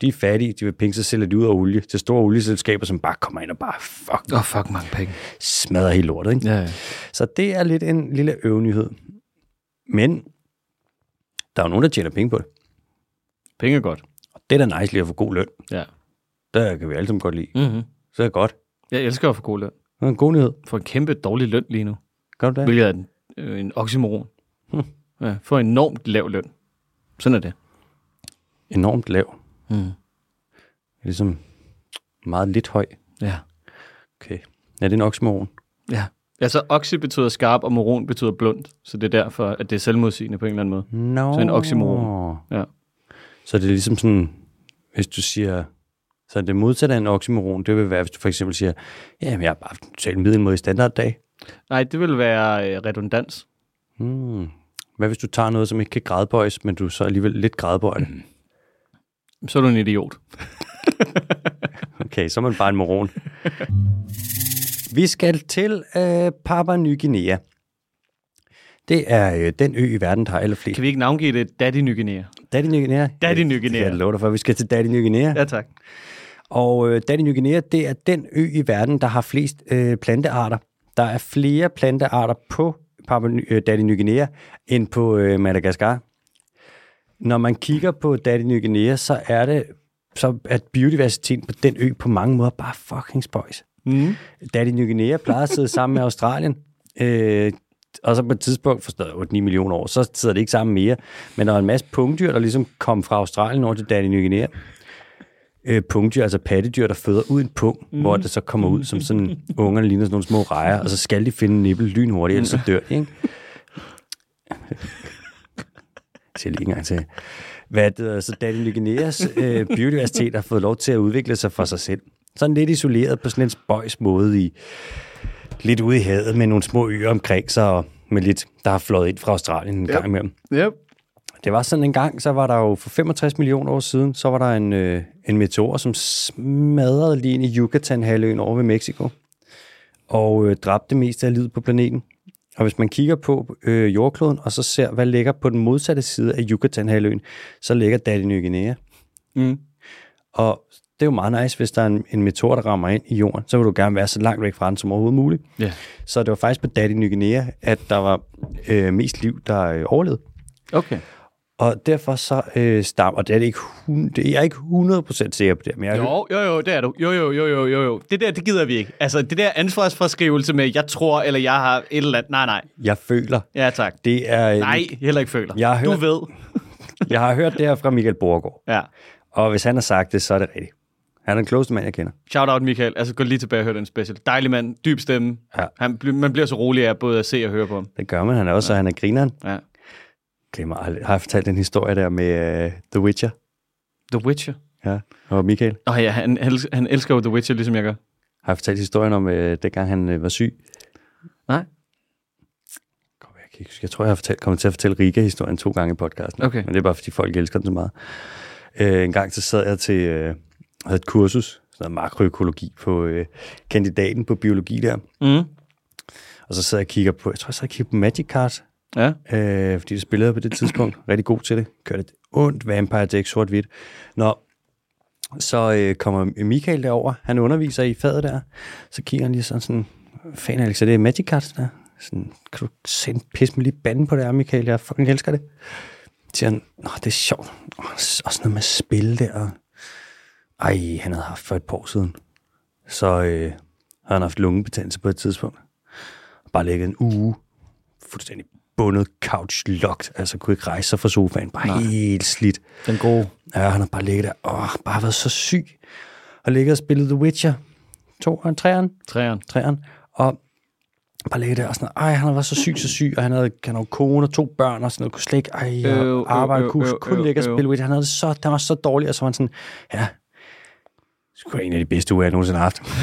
De er fattige, de vil penge sig selv lidt ud af olie til store olieselskaber, som bare kommer ind og bare fuck, Åh, oh, fuck mange penge. Smadrer helt lortet, ikke? Ja, ja. Så det er lidt en lille øvnyhed. Men der er jo nogen, der tjener penge på det. Penge er godt. Og det er da nice lige at få god løn. Ja. Der kan vi alle sammen godt lide. Mm-hmm. Så er det godt. Jeg elsker at få god løn. Det er en god nyhed. For en kæmpe dårlig løn lige nu. Gør du det? Hvilket er en, øh, en oxymoron. Hmm. Ja, for enormt lav løn. Sådan er det. Enormt lav. Mm. Ligesom meget lidt høj. Ja. Okay. Ja, det er en oxymoron. Ja. Altså, oxy betyder skarp, og moron betyder blundt. Så det er derfor, at det er selvmodsigende på en eller anden måde. No. Så en oxymoron. Ja. Så det er ligesom sådan, hvis du siger, så det modsatte af en oxymoron, det vil være, hvis du for eksempel siger, jamen jeg har bare talt middelmåde i standarddag. Nej, det vil være øh, redundans. Hmm. Hvad hvis du tager noget, som ikke kan gradbøjes, men du så alligevel lidt gradbøjer det? Så er du en idiot. Okay, så er man bare en moron. Vi skal til øh, Papua Ny Guinea. Det er øh, den ø i verden, der har allerflest. Kan vi ikke navngive det Daddy Ny Guinea? Daddy Ny Guinea? Daddy Ny Det Guinea. kan jeg love dig for. Vi skal til Daddy Ny Guinea. Ja, tak. Og øh, Daddy Ny Guinea, det er den ø i verden, der har flest øh, plantearter. Der er flere plantearter på Papua Ny, øh, Daddy Ny Guinea end på øh, Madagaskar. Når man kigger på Daddy Ny Guinea, så er det så at biodiversiteten på den ø på mange måder bare fucking spøjs. Mm. Daddy Ny Guinea plejer at sidde sammen med Australien. Øh, og så på et tidspunkt, for stadig otte ni millioner år, så sidder det ikke sammen mere. Men der er en masse pungdyr, der ligesom kom fra Australien over til Daddy Ny Guinea. Øh, pungdyr, altså pattedyr, der føder ud en pung, mm. hvor det så kommer ud som sådan, ungerne ligner sådan nogle små rejer, og så skal de finde en nippel lynhurtigt, ellers så dør de, ikke? Jeg siger lige en gang til. Hvad det er, så Daddy Ny Guineas øh, biodiversitet har fået lov til at udvikle sig for sig selv. Sådan lidt isoleret på sådan en spøjs måde i lidt ude i havet med nogle små øer omkring sig, og med lidt, der har fløjet ind fra Australien en yep. gang imellem. Yep. Det var sådan en gang, så var der jo for femogtres millioner år siden, så var der en, øh, en meteor, som smadrede lige ind i Yucatan-halvøen over ved Mexico, og øh, dræbte det meste af livet på planeten. Og hvis man kigger på øh, jordkloden, og så ser, hvad ligger på den modsatte side af Yucatan-halvøen, så ligger Daddy Ny Guinea. Mm. Og det er jo meget nice, hvis der er en, en meteor, der rammer ind i jorden, så vil du gerne være så langt væk fra den som overhovedet muligt. Yeah. Så det var faktisk på Daddy Ny Guinea, at der var øh, mest liv, der øh, overlevede. Okay. Og derfor så øh, stammer, og det er det ikke, det er jeg ikke hundrede procent sikker på det, men jeg Jo, jo, jo, det er du. Jo, jo, jo, jo, jo, jo. Det der, det gider vi ikke. Altså, det der ansvarsforskrivelse med, jeg tror, eller jeg har et eller andet. Nej, nej. jeg føler, Ja, tak. det er... Nej, heller ikke føler. Jeg har du hørt- ved. Jeg har hørt det her fra Michael Borregaard, Ja. og hvis han har sagt det, så er det rigtigt. Han er den klogeste mand, jeg kender. Shout out, Michael. Altså, gå lige tilbage og hør den special. Dejlig mand, dyb stemme. Ja. Han, bl- man bliver så rolig af både at se og høre på ham. Det gør man, han er også, ja. Og han er grineren. Ja. Glemmer aldrig. Har jeg fortalt den historie der med uh, The Witcher? The Witcher. Ja, og Michael. Åh oh, ja, han, han, elsker, han elsker jo The Witcher, ligesom jeg gør. Har jeg fortalt historien om, uh, dengang han uh, var syg? Nej. Kom, jeg, kan ikke, huske. Jeg tror, jeg har fortalt, kommet til at fortælle Riga-historien to gange i podcasten. Okay. Men det er bare, fordi folk elsker den så meget. Uh, en gang så sad jeg til uh, havde et kursus, sådan noget makroøkologi på uh, kandidaten på biologi der. Mm. Og så sad jeg og kigger på, jeg tror, jeg sad og kigger på Magic Cards. Ja. Øh, fordi det spillede på det tidspunkt. Rigtig god til det. Kørte et ondt Vampire Deck sort-hvidt. Nå, så øh, kommer Michael derover. Han underviser i faget der. Så kigger han lige sådan sådan, fan Alex, er det Magic Cards der? Sådan, kan du sende pis med lige banden på det her, Michael? Jeg fucking elsker det. Så siger han, nå, det er sjovt. Også noget med spil der. Ej, han havde haft for et par år siden. Så øh, havde han haft lungebetændelse på et tidspunkt. Bare ligget en uge. Fuldstændig bundet, couch locked, altså kunne ikke rejse sig fra sofaen, bare Nej. helt slidt. Den gode. Ja, han har bare ligget der, åh, bare været så syg, og ligget og spillet The Witcher, toeren, treeren, Træeren. treeren, og bare ligget der og sådan noget, ej, han har været så syg, så syg, og han havde, han havde kone og to børn og sådan noget, kunne slet ikke, ej, og Øh, arbejde, øh, kunne øh, kun øh, ligge og øh. spille Witcher, han havde det så, han var så dårlig, og så var han sådan, ja, det skulle være en af de bedste uger, jeg nogensinde har haft.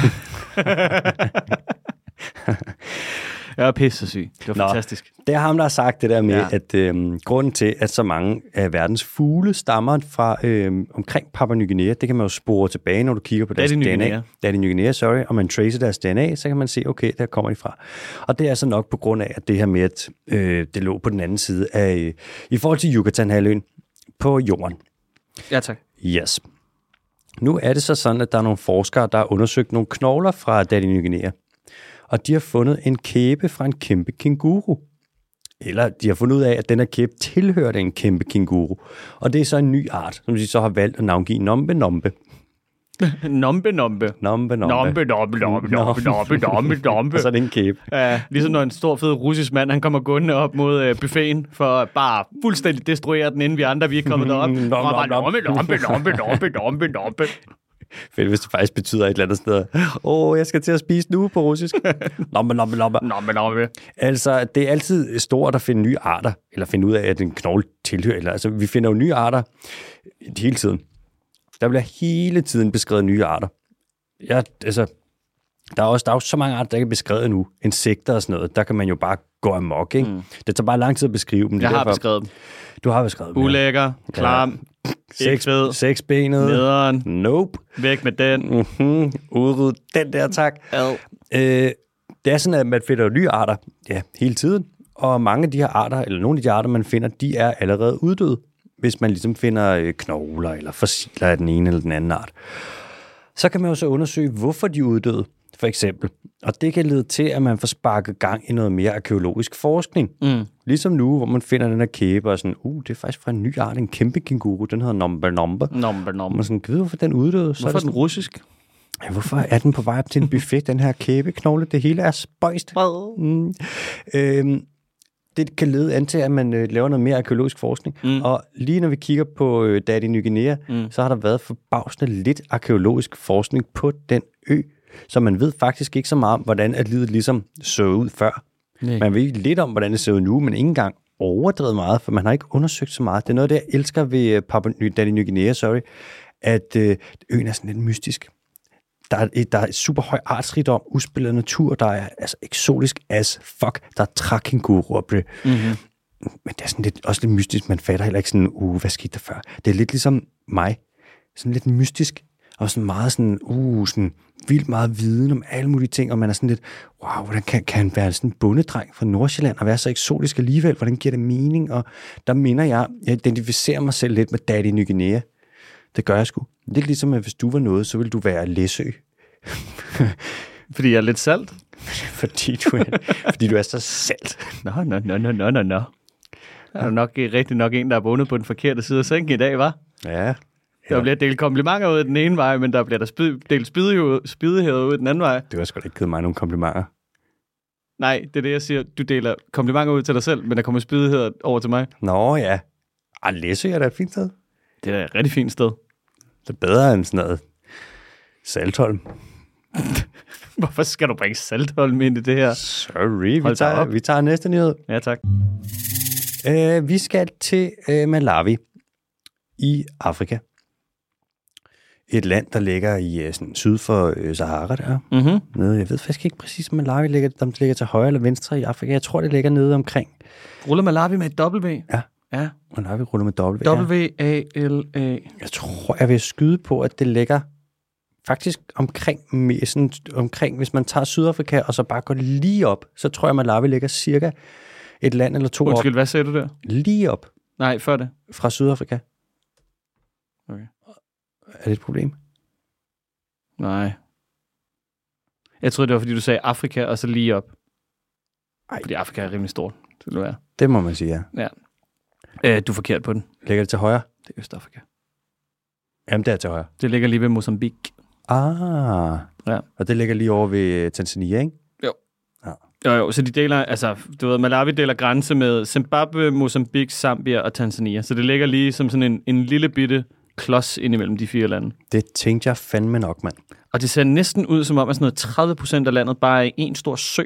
Jeg er pisse syg. Det var Nå. fantastisk. Det er ham, der har sagt det der med, Ja. ja. at øhm, grunden til, at så mange af verdens fugle stammer fra øhm, omkring Papua Ny Guinea, det kan man jo spore tilbage, når du kigger på deres Daddy Ny D N A. Guinea. Daddy Ny Guinea, sorry. Og man tracer deres D N A, så kan man se, okay, der kommer de fra. Og det er så nok på grund af, at det her med, at øh, det lå på den anden side af, øh, i forhold til Yucatan-halvøen, på jorden. Ja, tak. Yes. Nu er det så sådan, at der er nogle forskere, der har undersøgt nogle knogler fra Papua Ny Guinea. Og de har fundet en kæbe fra en kæmpe kænguru. Eller de har fundet ud af, at den her kæbe tilhørte en kæmpe kænguru. Og det er så en ny art, som de så har valgt at navngive Nombe Nombe. Nombe Nombe. Nombe Nombe. Nombe Nombe, Nombe Nombe, Nombe Nombe, Nombe. Og så er det en kæbe. Ja, ligesom når en stor fed russisk mand, han kommer gående op mod øh, buffeten for at bare fuldstændig destruere den, inden vi andre vi er kommet derop. Nombe Nombe, Nombe Nombe, Nombe Nombe, Nombe. Fedt, hvis det faktisk betyder et eller andet sted. Åh, jeg skal til at spise nu på russisk. Nombe, nombe, nombe. Nombe, nombe. Altså, det er altid stort at finde nye arter, eller finde ud af, at en knogle tilhører. Eller, altså, vi finder jo nye arter hele tiden. Der bliver hele tiden beskrevet nye arter. Ja, altså, der er også der er jo så mange arter, der ikke er beskrevet nu. Insekter og sådan noget, der kan man jo bare gå amok, ikke? Mm. Det tager bare lang tid at beskrive dem. Jeg har derfor... beskrevet dem. Du har beskrevet dem. Ulækker, klam, Seks, seksbenet. Nederen. Nope. Væk med den. Mm-hmm. Udryd den der, tak. Øh, det er sådan, at man finder nye arter ja, hele tiden. Og mange af de her arter, eller nogle af de arter, man finder, de er allerede uddøde. Hvis man ligesom finder knogler eller fossiler af den ene eller den anden art. Så kan man jo så undersøge, hvorfor de er uddøde, for eksempel. Og det kan lede til, at man får sparket gang i noget mere arkæologisk forskning. Mm. Ligesom nu, hvor man finder den her kæbe og sådan, uh, det er faktisk fra en ny art, en kæmpe kænguru, den hedder Nombe Nombe. Nombe Nombe. Man sådan, ved hvorfor den uddøde? Så hvorfor er den russisk? Ja, hvorfor er den på vej op til en buffet, den her kæbeknogle? Det hele er spøjst. Mm. Øhm, det kan lede an til, at man øh, laver noget mere arkæologisk forskning. Mm. Og lige når vi kigger på øh, Papua Ny Guinea, mm. så har der været forbavsende lidt arkæologisk forskning på den ø. Så man ved faktisk ikke så meget om, hvordan at livet ligesom så ud før. Nej. Man ved lidt om, hvordan det ser ud nu, men ikke engang overdrevet meget, for man har ikke undersøgt så meget. Det er noget, det jeg elsker ved Papua Ny Guinea, sorry, at øh, øen er sådan lidt mystisk. Der er, et, der er et super høj artsrigdom, uspillet natur, der er altså eksotisk as fuck. Der er trækænguruer. Mm-hmm. Men det er sådan lidt, også lidt mystisk. Man fatter heller ikke sådan, uh, hvad skete der før? Det er lidt ligesom mig. Sådan lidt mystisk. Og sådan meget sådan, uh, sådan vildt meget viden om alle mulige ting. Og man er sådan lidt, wow, hvordan kan, kan han være sådan en bondedreng fra Nordsjælland og være så eksotisk alligevel? Hvordan giver det mening? Og der minder jeg, jeg identificerer mig selv lidt med Papua Ny Guinea. Det gør jeg sgu. Lidt ligesom, at hvis du var noget, så ville du være Læsø. Fordi jeg er lidt salt? fordi, du er, fordi du er så salt. Nå, nå, nå, nå, nå, nå, nå. Der er nok rigtig nok en, der er bundet på den forkerte side af sengen i dag, hva'? Ja. Der bliver delt komplimenter ud af den ene vej, men der bliver der spid, delt spydigheder ud af den anden vej. Det var sgu da ikke givet mig nogle komplimenter. Nej, det er det, jeg siger. Du deler komplimenter ud til dig selv, men der kommer spydigheder over til mig. Nå ja. Ej, Læsø er da et fint sted. Det er da et rigtig fint sted. Det er bedre end sådan noget Saltholm. Hvorfor skal du bringe Saltholm ind i det her? Sorry, vi tager, vi tager næste nyhed. Ja, tak. Uh, vi skal til uh, Malawi i Afrika. Et land, der ligger i uh, sådan, syd for uh, Sahara der. Mm-hmm. Nede, jeg ved faktisk ikke præcis, om Malawi ligger, om det ligger til højre eller venstre i Afrika. Jeg tror, det ligger nede omkring. Ruller Malawi med et W? Ja. Ja. Malawi ruller med W. W A L A. Jeg tror, jeg vil skyde på, at det ligger faktisk omkring, sådan, omkring, hvis man tager Sydafrika og så bare går lige op, så tror jeg, Malawi ligger cirka et land eller to Undskyld, op. hvad sagde du der? Lige op. Nej, før det. Fra Sydafrika. Okay. Er det et problem? Nej. Jeg troede, det var, fordi du sagde Afrika, og så lige op. Ej. Fordi Afrika er rimelig stort. Det, du er. Det må man sige, ja. Ja. Øh, du er forkert på den. Ligger det til højre? Det er Østafrika. Jamen, det er til højre. Det ligger lige ved Mozambique. Ah. Ja. Og det ligger lige over ved Tanzania, ikke? Jo. Ja. Jo, jo, så de deler, altså, du ved, Malawi deler grænse med Zimbabwe, Mozambique, Zambia og Tanzania. Så det ligger lige som sådan en, en lille bitte klods ind imellem de fire lande. Det tænkte jeg fandme nok, mand. Og det ser næsten ud som om, at sådan noget tredive procent af landet bare er en stor sø.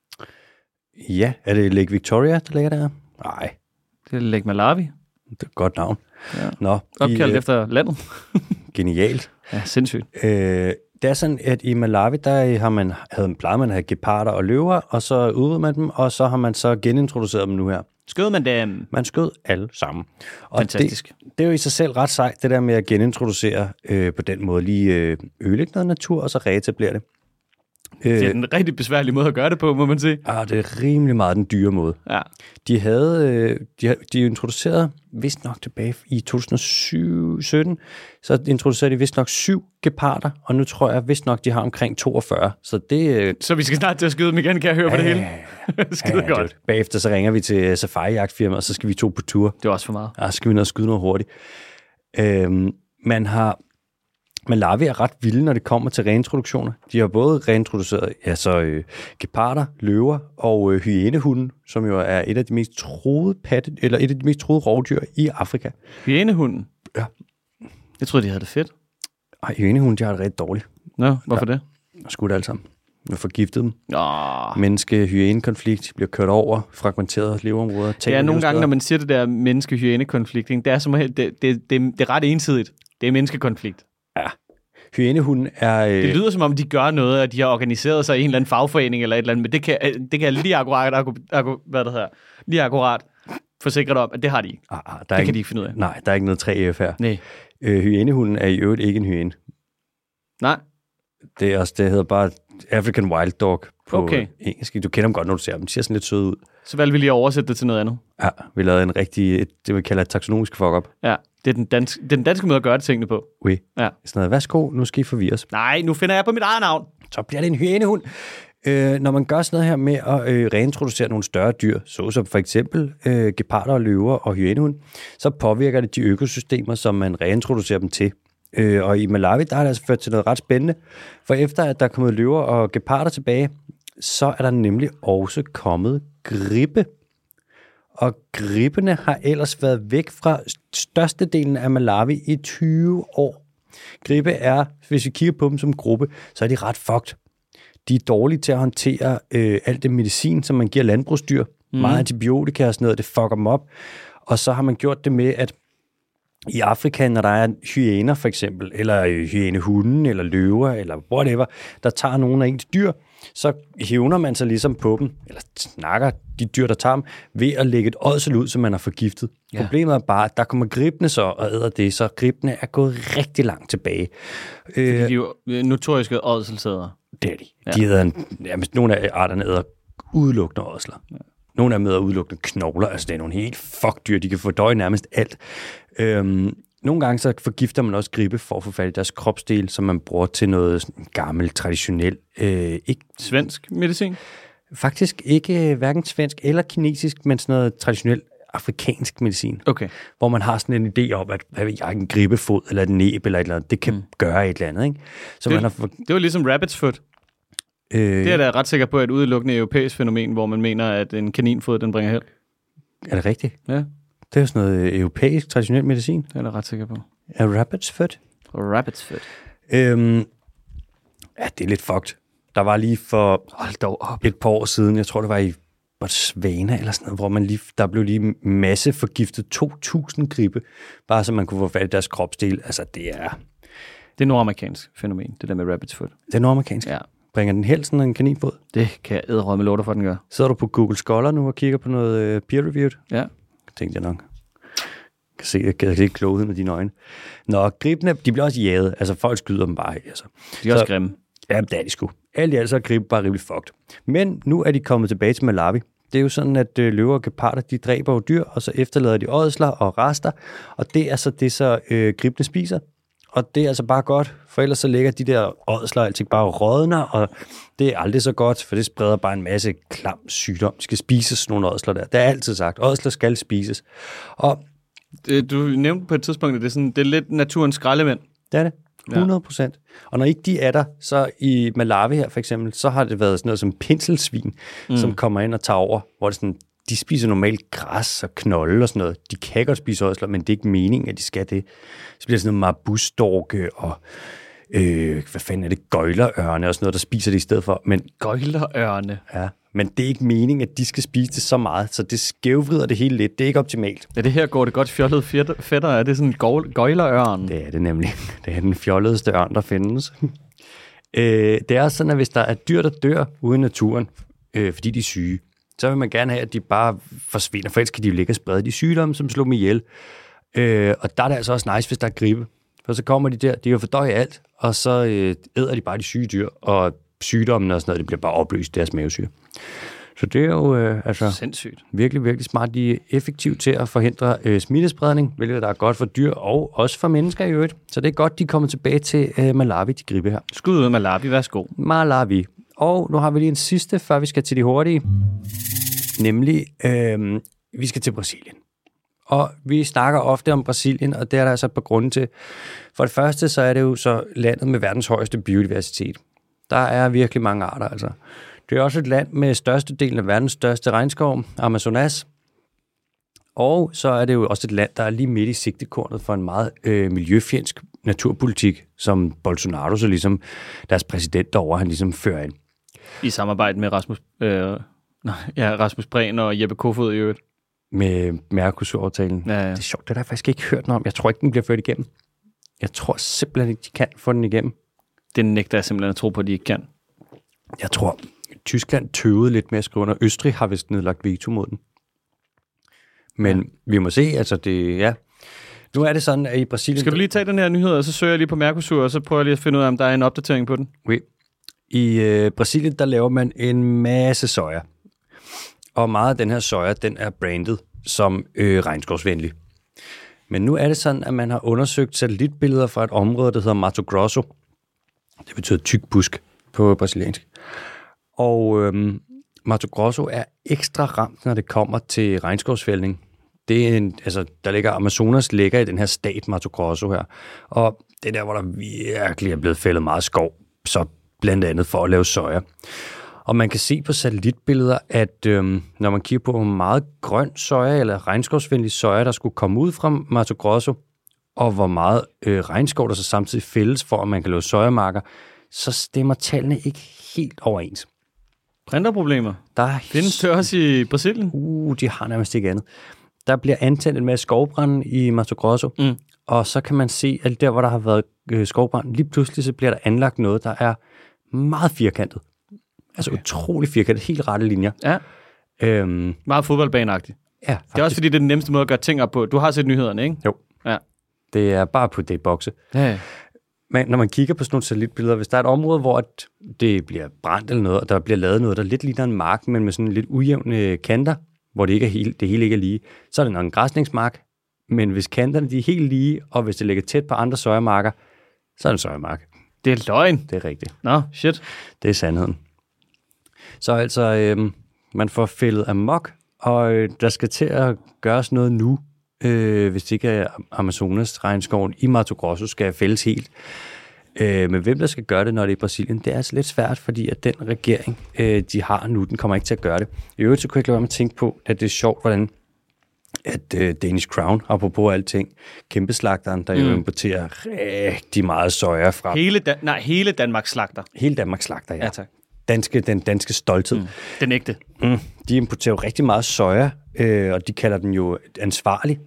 Ja, er det Lake Victoria, der ligger der? Nej. Det er Lake Malawi. Det er et godt navn. Ja. Nå, opkaldt i, efter landet. Genialt. Ja, sindssygt. Øh, det er sådan, at i Malawi, der har man, havde, plejer man at have geparder og løver, og så udrydder man dem, og så har man så genintroduceret dem nu her. Skød man dem? Man skød alle sammen. Og fantastisk. Det, det er jo i sig selv ret sejt, det der med at genintroducere øh, på den måde, lige øh, ødelægge noget natur, og så reetablere det. Det er en rigtig besværlig måde at gøre det på, må man sige. Ah, det er rimelig meget den dyre måde. Ja. De havde, øh, de, de introducerede vist nok tilbage i to tusind og sytten, så introducerede de vist nok syv geparder, og nu tror jeg vist nok, de har omkring toogfyrre. Så det... Øh, så vi skal snart til at skyde dem igen, kan jeg høre på det hele? Skide ja, godt. Det. Bagefter så ringer vi til safari-jagtfirmaet, og så skal vi to på tur. Det er også for meget. Ja, så skal vi ned og skyde noget hurtigt. Øhm, man har... Malawi er ret vilde, når det kommer til reintroduktioner. De har både reintroduceret altså, øh, geparder, løver og øh, hyænehunden, som jo er et af de mest troede patte, eller et af de mest troede rovdyr i Afrika. Hyænehunden? Ja. Jeg troede, de havde det fedt. Ej, hyænehunden, de har det rigtig dårligt. Nå, hvorfor ja. det? Skudt alle sammen. Vi har forgiftet dem. Oh. Menneske-hyænekonflikt, bliver kørt over, fragmenteret leveområder. Ja, nogle gange, når man siger det der menneske-hyænekonflikt, det er som det, det, det, det er ret ensidigt. Det er menneskekonflikt. Ja. Hyænehunden er... Øh... Det lyder som om, de gør noget, at de har organiseret sig i en eller anden fagforening eller et eller andet, men det kan, det kan jeg lige akkurat, akkurat, hvad det hedder, lige akkurat forsikre dig om, at det har de ikke. Ah, ah, det kan ikke, de ikke finde ud af. Nej, der er ikke noget tre F her. Nej. Øh, hyænehunden er i øvrigt ikke en hyæne. Nej. Det er også, det hedder bare African Wild Dog på okay. engelsk. Du kender dem godt, når du ser dem. De ser sådan lidt søde ud. Så valgte vi lige at oversætte det til noget andet. Ja, vi lavede en rigtig, det vi kalder et taksonomisk fuck-up. Ja, det er den danske, det er den danske måde at gøre det tingene på. Oui. Ja. Sådan noget, værsgo, nu skal I forvirre os. Nej, nu finder jeg på mit eget navn. Så bliver det en hyænehund. Øh, når man gør sådan noget her med at øh, reintroducere nogle større dyr, såsom for eksempel øh, geparder og løver og hyænehund, så påvirker det de økosystemer, som man reintroducerer dem til. Øh, og i Malawi, der har det altså ført til noget ret spændende, for efter at der er kommet løver og geparder tilbage, så er der nemlig også kommet gribe. Og gribene har ellers været væk fra størstedelen af Malawi i tyve år. Gribe er, hvis vi kigger på dem som gruppe, så er de ret fucked. De er dårlige til at håndtere øh, alt det medicin, som man giver landbrugsdyr. Mm. Meget antibiotika og sådan noget, det fucker dem op. Og så har man gjort det med, at i Afrika, når der er hyæner for eksempel, eller hyænehunden, eller løver, eller whatever, der tager nogle af ens dyr, så hævner man sig ligesom på dem, eller snakker de dyr, der tager dem, ved at lægge et ådsel ud, som man har forgiftet. Ja. Problemet er bare, at der kommer gribene så og æder det, så gribene er gået rigtig langt tilbage. Fordi de er jo notoriske ådselsædere. Det er de. Ja. De æder en, ja, nogle af arterne æder udelukkende ådsler. Ja. Nogle af dem æder udelukkende knogler, altså det er nogle helt fuck dyr, de kan fordøje nærmest alt. Øhm, nogle gange så forgifter man også gribe for at få fat i deres kropsdel, som man bruger til noget gammelt, traditionelt. Øh, ikke svensk medicin? Faktisk ikke hverken svensk eller kinesisk, men sådan noget traditionelt afrikansk medicin. Okay. Hvor man har sådan en idé om, at hvad ved jeg, en gribefod eller et næb eller et eller andet, det kan mm. gøre et eller andet. Ikke? Så det, man har for... det var ligesom rabbit's foot. Øh... Det er da ret sikker på, at et udelukkende europæisk fænomen, hvor man mener, at en kaninfod, den bringer held. Er det rigtigt? Ja. Det er jo sådan noget europæisk traditionel medicin. Det er jeg ret sikker på. Er rabbit's foot? Rabbit's foot. Øhm, ja, det er lidt fucked. Der var lige for Hold dog op. et par år siden, jeg tror det var i Botswana eller sådan noget, hvor man lige, der blev lige masse forgiftet to tusind gribe, bare så man kunne få fat i deres kropsdel. Altså det er... Det er nordamerikansk fænomen, det der med rabbit's foot. Det er nordamerikansk? Ja. Bringer den helt sådan en kaninfod? Det kan jeg æderrømme låter for, den gør. Sidder du på Google Scholar nu og kigger på noget uh, peer-reviewed? Ja. Tænkte jeg nok. Jeg kan se, jeg kan se klogheden med dine øjne. Nå, gribene, de bliver også jaget. Altså, folk skyder dem bare. Altså. De er også så, grimme. Ja, det er de sgu. Alt i alt så er gribe bare rimelig fucked. Men nu er de kommet tilbage til Malawi. Det er jo sådan, at øh, løver og geparder, de dræber jo dyr, og så efterlader de ådsler og rester. Og det er så det, så øh, gribene spiser. Og det er altså bare godt, for ellers så ligger de der ådsler altid bare rådner, og det er aldrig så godt, for det spreder bare en masse klam sygdom. De skal spises, nogle ådsler der. Det er altid sagt. Ådsler skal spises. Og du nævnte på et tidspunkt, at det er, sådan, det er lidt naturens skraldemænd. Det er det. hundrede procent. Ja. Og når ikke de er der, så i Malawi her for eksempel, så har det været sådan noget som pinselsvin, mm. som kommer ind og tager over, hvor det sådan, de spiser normalt græs og knolde og sådan noget. De kan godt spise ådsler, men det er ikke meningen, at de skal det. Så bliver det sådan noget marbustorke og øh, hvad fanden er det, gøjlerørne og sådan noget, der spiser det i stedet for. Men gøjlerørne? Ja, men det er ikke meningen, at de skal spise det så meget, så det skævvrider det hele lidt. Det er ikke optimalt. Ja, det her går det godt fjollede fætter. Er det sådan en gøjlerørn? Det er det nemlig. Det er den fjolledeste ørn, der findes. øh, det er sådan, at hvis der er dyr, der dør ude i naturen, øh, fordi de er syge, så vil man gerne have, at de bare forsvinder, for ellers kan de jo ligge og sprede de sygdomme, som slår dem ihjel. Øh, og der er det altså også nice, hvis der er gribe. For så kommer de der, de kan fordøje alt, og så øh, æder de bare de syge dyr, og sygdommene og sådan noget, det bliver bare opløst deres mavesyre. Så det er jo øh, altså sindssygt. Virkelig, virkelig smart. De er effektive til at forhindre øh, smittespredning, hvilket der er godt for dyr og også for mennesker i øvrigt. Så det er godt, de kommer tilbage til øh, Malawi, de gribe her. Skud ud af Malawi, værsgo. Malawi. Og nu har vi lige en sidste, før vi skal til de hurtige. Nemlig, øh, vi skal til Brasilien. Og vi snakker ofte om Brasilien, og det er der altså et par grunde til. For det første, så er det jo så landet med verdens højeste biodiversitet. Der er virkelig mange arter, altså. Det er også et land med størstedelen af verdens største regnskov, Amazonas. Og så er det jo også et land, der er lige midt i sigtekornet for en meget øh, miljøfjendsk naturpolitik, som Bolsonaro, så ligesom deres præsident derovre, han ligesom fører ind. I samarbejde med Rasmus, øh, nej, ja, Rasmus Prehn og Jeppe Kofod i øvrigt. Med Mercosur-aftalen. Ja, ja. Det er sjovt, det har jeg faktisk ikke hørt noget om. Jeg tror ikke, den bliver ført igennem. Jeg tror simpelthen ikke, de kan få den igennem. Det nægter jeg simpelthen at tro på, at de ikke kan. Jeg tror, Tyskland tøvede lidt med at skrive under. Østrig har vist nedlagt veto mod den. Men ja. Vi må se, altså det, ja. Nu er det sådan, at i Brasilien... Skal du lige tage den her nyhed, og så søger jeg lige på Mercosur, og så prøver jeg lige at finde ud af, om der er en opdatering på den? Oui. I øh, Brasilien, der laver man en masse soja. Og meget af den her soja, den er brandet som øh, regnskovsvenlig. Men nu er det sådan, at man har undersøgt satellitbilleder fra et område, der hedder Mato Grosso. Det betyder tyk busk på brasiliansk. Og øhm, Mato Grosso er ekstra ramt, når det kommer til regnskovsfældning. Det er en, altså, der ligger Amazonas ligger i den her stat, Mato Grosso her. Og det er der, hvor der virkelig er blevet fældet meget skov, så blandt andet for at lave soja. Og man kan se på satellitbilleder, at øhm, når man kigger på, hvor meget grøn soja eller regnskovsvenlig soja, der skulle komme ud fra Mato Grosso, og hvor meget øh, regnskov, der så samtidig fældes for, at man kan lave sojamarker, så stemmer tallene ikke helt overens. Printerproblemer? Der findes det også i Brasilien? Uh, de har nærmest ikke andet. Der bliver antændt en masse skovbrand i Mato Grosso, mm. og så kan man se, at der, hvor der har været øh, skovbrand, lige pludselig så bliver der anlagt noget, der er meget firkantet. Altså okay. Utrolig firkantet, helt rette linjer. Ja. Øhm, meget fodboldbaneagtigt. Ja, faktisk. Det er også fordi, det er den nemmeste måde at gøre ting op på. Du har set nyhederne, ikke? Jo. Ja. Det er bare på det bokse. Ja. Men når man kigger på sådan nogle satellitbilleder, hvis der er et område, hvor det bliver brændt eller noget, og der bliver lavet noget, der lidt ligner en mark, men med sådan lidt ujævne kanter, hvor det, ikke er helt, det hele ikke er lige, så er det nok en græsningsmark. Men hvis kanterne de er helt lige, og hvis det ligger tæt på andre sojamarker, så er det en sojamark. Det er løgn. Det er rigtigt. Nå, shit. Det er sandheden. Så altså, øh, man får fældet amok, og øh, der skal til at gøres noget nu, øh, hvis det ikke er Amazonas regnskoven i Mato Grosso skal fældes helt. Øh, men hvem der skal gøre det, når det er i Brasilien, det er altså lidt svært, fordi at den regering, øh, de har nu, den kommer ikke til at gøre det. I øvrigt så kunne jeg ikke lade være med at tænke på, at det er sjovt, hvordan at øh, Danish Crown, apropos alting, kæmpeslagteren, der mm. jo importerer rigtig meget soja fra... Hele, Dan- nej, hele Danmark slagter. Hele Danmark slagter, ja. Ja, tak. Danske, den danske stolthed. Mm. Den ægte. Mm. De importerer jo rigtig meget soja, øh, og de kalder den jo ansvarlig.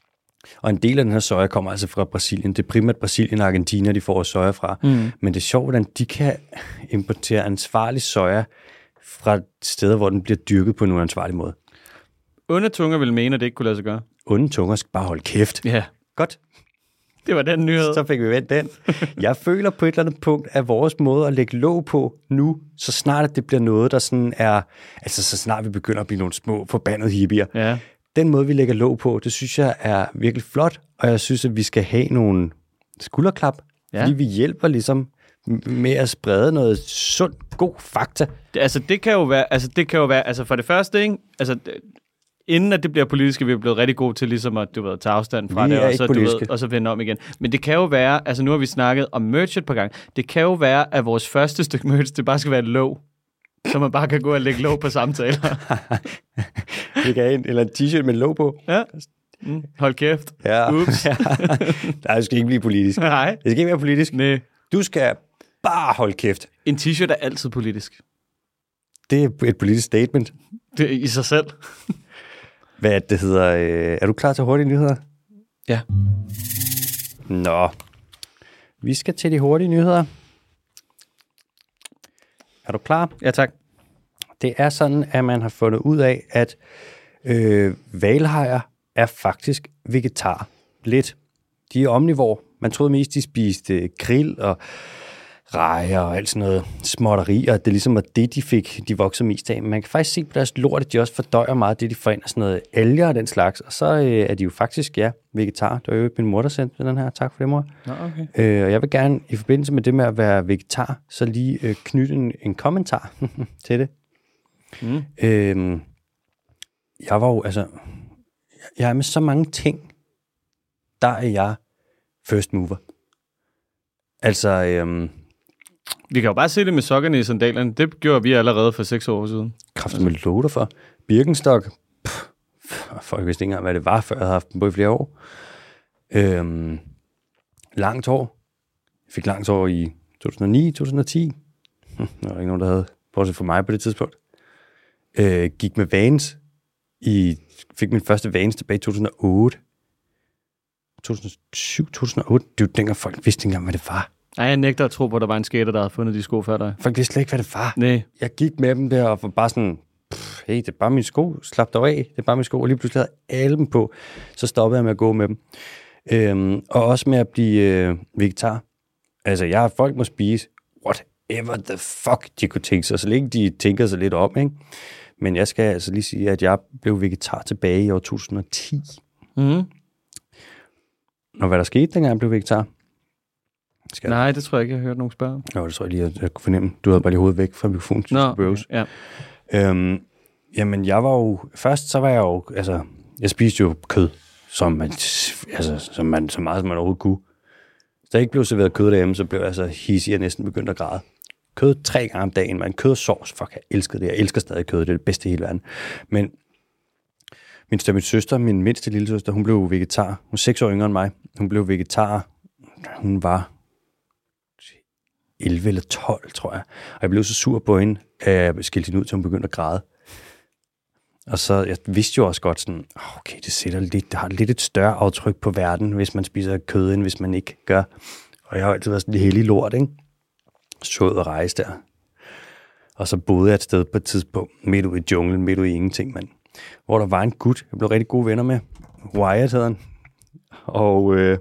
Og en del af den her soja kommer altså fra Brasilien. Det er primært Brasilien og Argentina, de får soja fra. Mm. Men det er sjovt, hvordan de kan importere ansvarlig soja fra steder, hvor den bliver dyrket på en uansvarlig måde. Onde tunger vil mene, at det ikke kunne lade sig gøre. Onde tunger skal bare holde kæft. Ja. Godt. Det var den nyhed. Så fik vi vendt den. Jeg føler på et eller andet punkt, at vores måde at lægge låg på nu, så snart at det bliver noget, der sådan er... Altså, så snart vi begynder at blive nogle små forbandede hippier. Ja. Den måde, vi lægger låg på, det synes jeg er virkelig flot, og jeg synes, at vi skal have nogle skulderklap, ja. Fordi vi hjælper ligesom med at sprede noget sund, god fakta. Det, altså, det kan jo være... Altså, det kan jo være... Altså, for det første, ikke? Altså... Inden at det bliver politisk, vi er blevet rigtig gode til ligesom at du ved, tage afstand fra vi det, og så, du ved, ved, og så vende om igen. Men det kan jo være, altså nu har vi snakket om merch et par gange, det kan jo være, at vores første stykke merch, det bare skal være et låg, så man bare kan gå og lægge låg på samtaler. Det kan en, eller en t-shirt med låg på. Ja. Mm. Hold kæft. Ja. Ups. Ja. Nej, det skal ikke blive politisk. Nej. Det skal ikke være politisk. Nej. Du skal bare holde kæft. En t-shirt er altid politisk. Det er et politisk statement. Det er i sig selv. Hvad det hedder? Øh, er du klar til hurtige nyheder? Ja. Nå. Vi skal til de hurtige nyheder. Er du klar? Ja, tak. Det er sådan, at man har fundet ud af, at øh, hvalhajer er faktisk vegetar. Lidt. De er omnivore. Man troede mest, de spiste grill og rejer og alt sådan noget småtteri, og det ligesom var det, de fik, de voksede mest af. Men man kan faktisk se på deres lort, at de også fordøjer meget det, de får ind af sådan noget alger og den slags. Og så øh, er de jo faktisk, ja, vegetar. Det var jo ikke min mor, der sendte den her. Tak for det, mor. Nå, okay. Øh, og jeg vil gerne, i forbindelse med det med at være vegetar, så lige øh, knytte en, en kommentar til det. Mm. Øh, jeg var jo, altså, jeg er med så mange ting, der er jeg first mover. Altså, øhm, vi kan jo bare se det med sokkerne i sandalerne. Det gjorde vi allerede for seks år siden. Kræfter med låter for. Birkenstock. Pff, folk vidste ikke engang, hvad det var, før jeg havde haft dem på i flere år. Øhm, langt hår. Jeg fik langt hår i to tusind og ni, to tusind og ti. Hm, der var ikke nogen, der havde. Bortset for mig på det tidspunkt. Øh, gik med Vans. I, fik min første Vans tilbage i to tusind og otte. to tusind og syv, to tusind og otte. Det var dengang, folk vidste ikke engang, hvad det var. Nej, jeg nægter at tro på, at der var en skater, der havde fundet de sko før dig. Folk vidste slet ikke, hvad det var. Nej. Jeg gik med dem der og var bare sådan, pff, hey, det er bare mine sko. Slap dig af. Det er bare mine sko. Og lige pludselig havde alle dem på. Så stoppede jeg med at gå med dem. Øhm, og også med at blive øh, vegetar. Altså, jeg har folk må spise whatever the fuck de kunne tænke sig. Så længe de tænker sig lidt om, ikke? Men jeg skal altså lige sige, at jeg blev vegetar tilbage i år to tusind og ti. Mhm. Og hvad der skete, dengang jeg blev vegetar? Skal Nej, det tror jeg ikke, jeg har hørt nogen spørge. Nå, det tror jeg lige, at jeg kunne fornemme. Du havde bare lige hovedet væk fra mikrofonen. Nå, okay, ja. Øhm, jamen, jeg var jo... Først så var jeg jo... Altså, jeg spiste jo kød, som man, altså, som man, så meget som man overhovedet kunne. Hvis der ikke blev serveret kød derhjemme, så blev jeg så hissig og næsten begyndt at græde. Kød tre gange om dagen, man. Kød og sovs, fuck, jeg elsker det. Jeg elsker stadig kød, det er det bedste i hele verden. Men min, min søster, min mindste lille søster, hun blev vegetar. Hun er seks år yngre end mig. Hun blev vegetar. Hun var elleve eller tolv, tror jeg. Og jeg blev så sur på hende, at jeg skilte hende ud, til hun begyndte at græde. Og så, jeg vidste jo også godt sådan, okay, det sætter lidt, det har lidt et større aftryk på verden, hvis man spiser kød, end hvis man ikke gør. Og jeg har altid været sådan en hellig lort, ikke? Så ud og rejse der. Og så boede jeg et sted på et tidspunkt, midt ude i junglen, midt ude i ingenting, mand. Hvor der var en gut, jeg blev rigtig gode venner med. Wyatt hedder han. Og øh,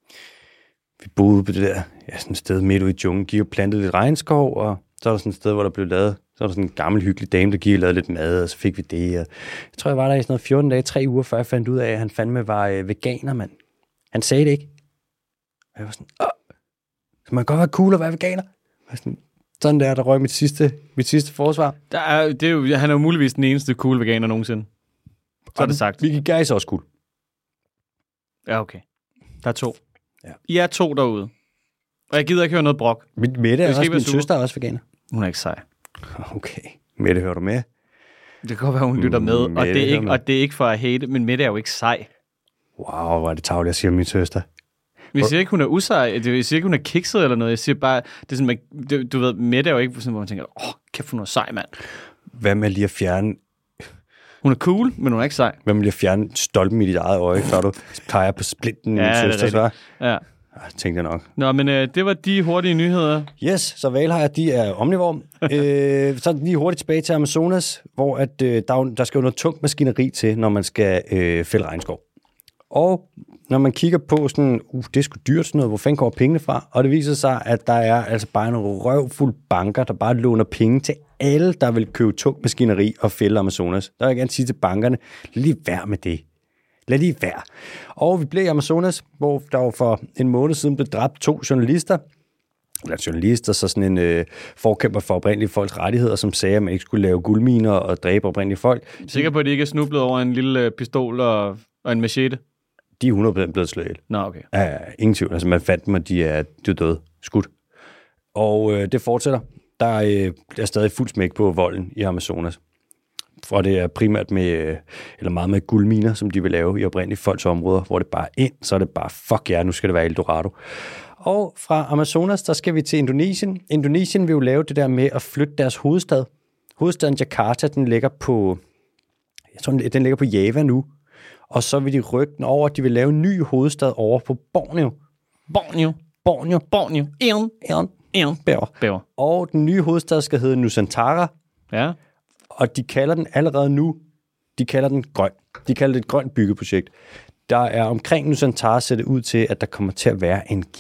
vi boede på det der, ja, sådan et sted midt ude i junglen, gik og plantede lidt regnskov, og så var der sådan et sted, hvor der blev lavet, så var der sådan en gammel, hyggelig dame, der gik og lavede lidt mad, og så fik vi det. Og jeg tror, jeg var der i sådan noget fjorten dage, tre uger, før jeg fandt ud af, at han fandme var øh, veganer, mand. Han sagde det ikke. Og jeg var sådan, åh, så man kan godt være cool at være veganer. Sådan, sådan der, der røg mit sidste, mit sidste forsvar. Der er, det er jo, han er jo muligvis den eneste cool veganer nogensinde. Så er det sagt. Vi gik guys også cool. Ja, okay. Der er to. Ja. I er to derude. Og jeg gider ikke høre noget brok. Mit Mette er også, min super. søster er også veganer. Hun er ikke sej. Okay. Mette, hører du med? Det kan godt være, hun lytter med. Mm, og, det er ikke, og det er ikke for at hate, men Mette er jo ikke sej. Wow, hvor er det tavligt, jeg siger min søster. Jeg siger ikke, hun er usej. Jeg siger ikke, hun er kikset eller noget. Jeg siger bare, det er sådan, man, du, du ved, Mette er jo ikke sådan, hvor man tænker, åh, kæft, hun er sej, mand. Hvad med lige at fjerne... Hun er cool, men hun er ikke sej. Hvad med lige at fjerne stolpen i dit eget øje, før du peger på splinten i ja, min søster, så? Ja. Jeg tænkte jeg nok. Nå, men øh, det var de hurtige nyheder. Yes, så hvalhajer, de er omnivore. øh, så lige hurtigt tilbage til Amazonas, hvor at, øh, der, der skal jo noget tungt maskineri til, når man skal øh, fælde regnskov. Og når man kigger på sådan, uh, det er sgu dyrt sådan noget, hvor fanden kommer pengene fra? Og det viser sig, at der er altså bare en røvfuld banker, der bare låner penge til alle, der vil købe tungt maskineri og fælde Amazonas. Der vil jeg gerne sige til bankerne, lad lige være med det. Lad lige være. Og vi blev i Amazonas, hvor der jo for en måned siden blev dræbt to journalister, eller journalister, så sådan en øh, forkæmper for oprindelige folks rettigheder, som sagde, at man ikke skulle lave guldminer og dræbe oprindelige folk. Jeg er sikker på, at de ikke er snublet over en lille øh, pistol og, og en machete? De er hundrede procent blevet slået ihjel. Nå, okay. Ja, ingen tvivl. Altså, man fandt dem, og de er, de er døde. Skudt. Og øh, det fortsætter. Der er, øh, er stadig fuld smæk på volden i Amazonas. For det er primært med, øh, eller meget med guldminer, som de vil lave i oprindelige folks områder, hvor det bare er ind, så er det bare, fuck ja, nu skal det være Eldorado. Og fra Amazonas, der skal vi til Indonesien. Indonesien vil jo lave det der med at flytte deres hovedstad. Hovedstaden Jakarta, den ligger på, jeg tror, den ligger på Java nu. Og så vil de rykke den over, de vil lave en ny hovedstad over på Borneo. Borneo. Borneo. Borneo. Eon. Eon. Eon. Bæver. Bæver. Og den nye hovedstad skal hedde Nusantara. Ja. Og de kalder den allerede nu, de kalder den grøn. De kalder det et grønt byggeprojekt. Der er omkring Nusantara ser det ud til, at der kommer til at være en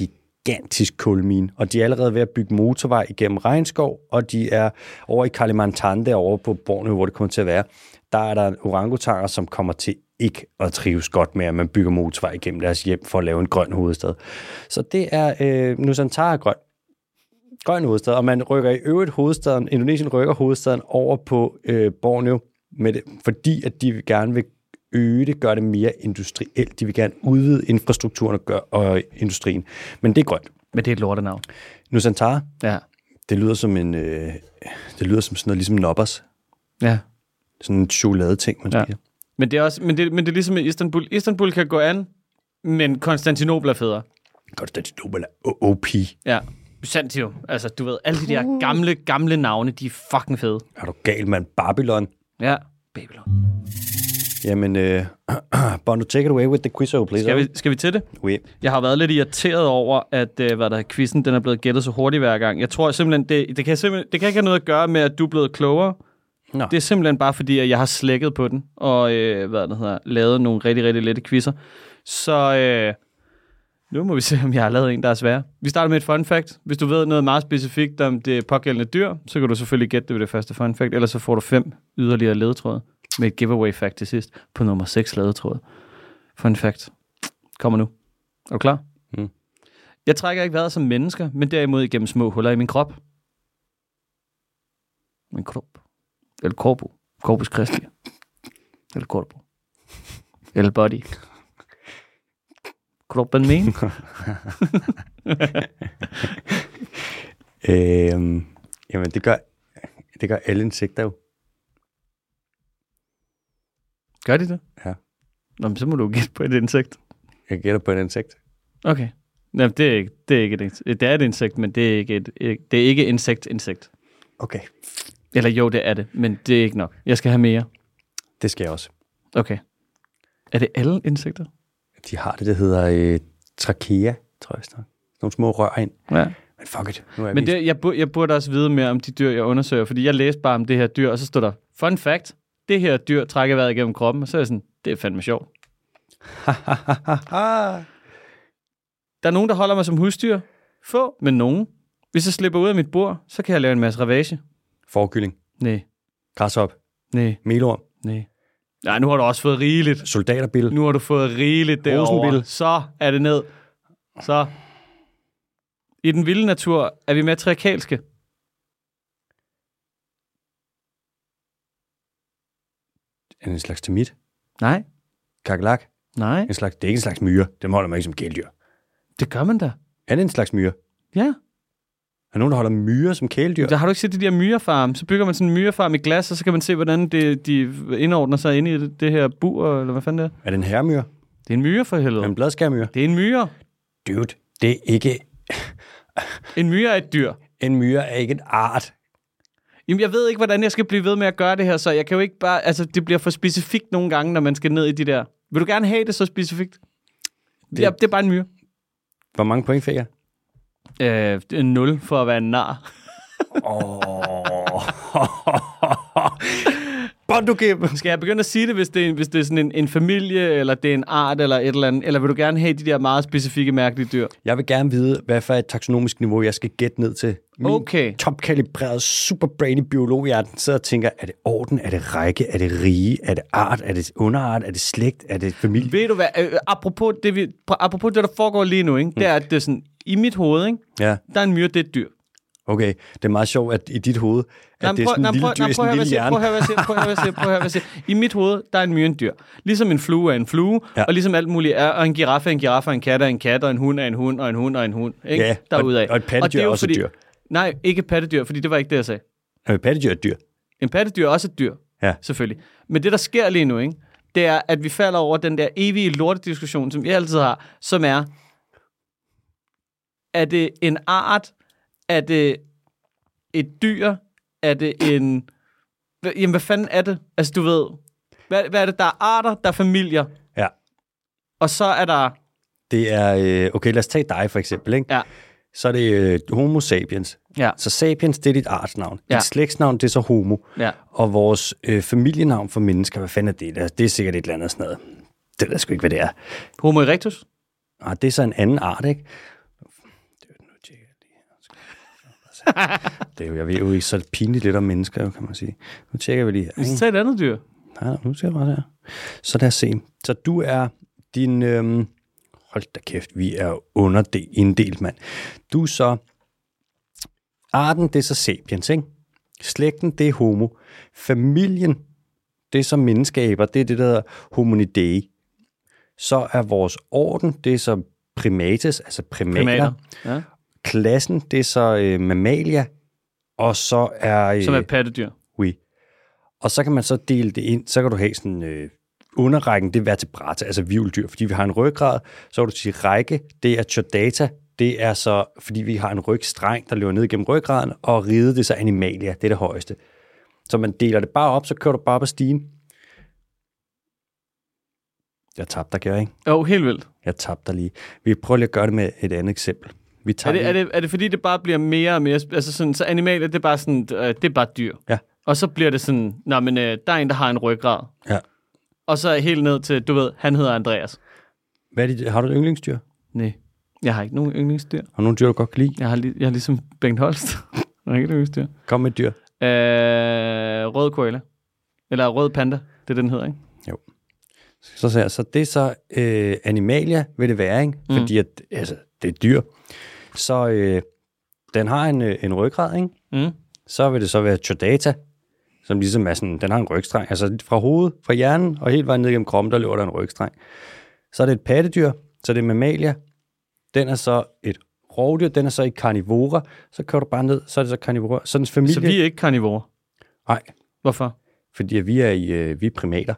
gigantisk kulmine, og de er allerede ved at bygge motorvej igennem regnskov, og de er over i Kalimantan derovre på Borneo, hvor det kommer til at være. Der er der orangutanger, som kommer til ikke at trives godt med, at man bygger motorvej igennem deres hjem for at lave en grøn hovedstad. Så det er øh, Nusantara grøn. Grøn hovedstad, og man rykker i øvrigt hovedstaden, Indonesien rykker hovedstaden over på øh, Borneo, med det, fordi at de gerne vil øge det, gøre det mere industrielt. De vil gerne udvide infrastrukturen og, gøre, og industrien. Men det er grønt. Men det er et lortenavn. Nusantara? Ja. Det lyder som en, øh, det lyder som sådan noget, ligesom Nobbers. Ja. Sådan en chokoladeting, man ja. spiser. Men det er også, men det, men det er ligesom i Istanbul. Istanbul kan gå an, men Konstantinopel er federe. Konstantinopel er O P. Ja. Byzantium. Altså, du ved, alle de der gamle, gamle navne, de er fucking fede. Er du gal, mand? Babylon. Ja. Babylon. Jamen, øh, Bondo, take it away with the quiz, please. Skal vi, skal vi til det? Oui. Jeg har været lidt irriteret over, at øh, hvad der, quizzen den er blevet gættet så hurtigt hver gang. Jeg tror simpelthen, det, det, kan simpelthen, det kan ikke have noget at gøre med, at du er blevet klogere. Nå. Det er simpelthen bare fordi, at jeg har slækket på den, og øh, hvad det hedder, lavet nogle rigtig, rigtig lette quizzer. Så øh, nu må vi se, om jeg har lavet en, der er svær. Vi starter med et fun fact. Hvis du ved noget meget specifikt om det pågældende dyr, så kan du selvfølgelig gætte det ved det første fun fact, ellers så får du fem yderligere ledetråde med et giveaway fact til sidst på nummer seks ledetråd. Fun fact. Kommer nu. Er du klar? Mm. Jeg trækker ikke vejret som mennesker, men derimod igennem små huller i min krop. Min krop. Eller corpo. Corpus Christi. Eller corpo. Eller body. Kroppen min. øhm, jamen, det gør, det gør alle insekter jo. Gør de det? Ja. Nå, men så må du gætte på et insekt. Jeg gætter på et insekt. Okay. Nå, det er ikke, det er ikke et insekt. Det er et insekt, men det er ikke et, det er ikke insekt-insekt. Okay. Eller jo, det er det, men det er ikke nok. Jeg skal have mere. Det skal jeg også. Okay. Er det alle insekter? De har det, der hedder øh, trachea, tror jeg. Sådan. Nogle små rør ind. Ja. Men fuck it. Nu er men det, jeg, burde, jeg burde også vide mere om de dyr, jeg undersøger, fordi jeg læste bare om det her dyr, og så stod der, fun fact, det her dyr trækker vejret igennem kroppen, og så er jeg sådan, det er fandme sjovt. Der er nogen, der holder mig som husdyr. Få, men nogen. Hvis jeg slipper ud af mit bord, så kan jeg lave en masse ravage. Forkylling. Nej. Græshop. Nej. Melorm. Nej. Nej, nu har du også fået rigeligt. Soldaterbil. Nu har du fået rigeligt derovre. Så er det ned. Så. I den vilde natur er vi matriarkalske. Er det en slags termit? Nej. Kakelak? Nej. En slags, det er ikke en slags myre. Den holder man ikke som kæledyr. Det gør man da. Er det en slags myre? Ja. Er nogen, der holder myrer som kæledyr? Der har du ikke set de der myrefarm? Så bygger man sådan en myrefarm i glas, og så kan man se, hvordan det, de indordner sig inde i det, det her bur, eller hvad fanden det er. Er det en herremyre? Det er en myre for helvede. Er det en bladskærmyre? Det er en myre. Dude, det er ikke... En myre er et dyr. En myre er ikke en art. Jamen, jeg ved ikke, hvordan jeg skal blive ved med at gøre det her, så jeg kan jo ikke bare... Altså, det bliver for specifikt nogle gange, når man skal ned i de der... Vil du gerne have det så specifikt? Det, ja, det er bare en myre. Hvor mange point fik jeg? Øh, det er nul for at være en nar. Åh... Bondo Kim! Skal jeg begynde at sige det, hvis det er, hvis det er sådan en, en familie, eller det er en art, eller et eller andet? Eller vil du gerne have de der meget specifikke, mærkelige dyr? Jeg vil gerne vide, hvad for et taksonomisk niveau, jeg skal gætte ned til. Min okay. topkalibrerede, super brainy biolog, jeg sidder og tænker, er det orden, er det række, er det rige, er det art, er det underart, er det slægt, er det familie? Ved du hvad, øh, apropos, det, vi, apropos det, der foregår lige nu, ikke? Det er, at det er sådan, i mit hoved, ikke? Ja. Der er en myre, det er et dyr. Okay, det er meget sjovt, at i dit hoved, at nej, det er sådan en lille dyr i sådan en lille hjerne. Prøv at høre, hvad jeg siger, prøv at høre, hvad jeg siger, prøv at høre, hvad jeg siger. I mit hoved, der er en myre en dyr. Ligesom en flue er en flue, ja. Og ligesom alt muligt er, og en giraffe er en giraffe, og en kat er en kat, og en hund er en hund, og en hund og en hund. Ikke? Ja, derudad. Og et pattedyr er også et dyr. Nej, ikke et pattedyr, fordi det var ikke det, jeg sagde. Et pattedyr er et dyr. En pattedyr er også et dyr, ja. Selvfølgelig. Men det, der sker lige nu, ikke, det er, at vi falder over den der evige lortediskussion, som vi altid har, som er, er det en art, er det et dyr, er det en... Jamen, hvad fanden er det? Altså, du ved... Hvad, hvad er det? Der er arter, der er familier. Ja. Og så er der... Det er... Okay, lad os tage dig for eksempel, ikke? Ja. Så er det uh, Homo sapiens. Ja. Så sapiens, det er dit artsnavn. Ja. Dit slægtsnavn, det er så homo. Ja. Og vores øh, familienavn for mennesker, hvad fanden er det der? Det er sikkert et eller andet sådan noget. Det ved jeg sgu ikke, hvad det er. Homo erectus? Ah, det er så en anden art, ikke? Det er jo, jeg ved jo ikke så pinligt lidt om mennesker, kan man sige. Nu tjekker vi lige. Vi skal tage et andet dyr. Ja, nu ser jeg bare her. Så lad os se. Så du er din... Øhm, hold da kæft, vi er underinddelt, mand. Du er så... Arten, det er så sapiens, ikke? Slægten, det er homo. Familien, det er så menneskeaber. Det er det, der hedder hominidae. Så er vores orden, det er så primates, altså primater. Primater, ja. Klassen, det er så øh, mammalia. Og så er... Øh, Som er pattedyr. Oui. Og så kan man så dele det ind, så kan du have sådan øh, underrækken, det er vertebrata, altså hvirveldyr, fordi vi har en ryggrad, så kan du sige række, det er chordata, det er så, fordi vi har en rygstreng, der løber ned gennem ryggraden, og ride, det er så animalia, det er det højeste. Så man deler det bare op, så kører du bare på stigen. Jeg tabte dig, gør ikke? Jo, oh, helt vildt. Jeg tabte dig lige. Vi prøver lige at gøre det med et andet eksempel. Vi tager er, det, lige... er, det, er det fordi, det bare bliver mere og mere, altså sådan, så animalia, det er bare sådan, øh, det er bare dyr. Ja. Og så bliver det sådan, nej, men øh, der er en, der har en ryggrad. Ja. Og så helt ned til, du ved, han hedder Andreas. Hvad er det? Har du et yndlingsdyr? Nej, jeg har ikke nogen yndlingsdyr. Har du nogle dyr, du godt kan lide? Jeg har, li- jeg har ligesom Bengt Holst. Jeg har ikke et yndlingsdyr. Kom med et dyr. Øh, rød koala. Eller rød panda, det er den hedder, ikke? Jo. Så, så, så det er så øh, animalia, vil det være, ikke? Mm. Fordi at, altså, det er dyr. Så øh, den har en, øh, en ryggrad, ikke? Mm. Så vil det så være chordata, som ligesom er sådan, den har en rygstreng. Altså fra hovedet, fra hjernen og helt vejen ned gennem kroppen, der løber der en rygstreng. Så er det et pattedyr, så det er mammalia. Den er så et rovdyr, den er så i carnivora. Så kører du bare ned, så er det så carnivora. Så dens familie... Så vi er ikke karnivorer? Nej. Hvorfor? Fordi vi er, i, øh, vi er primater.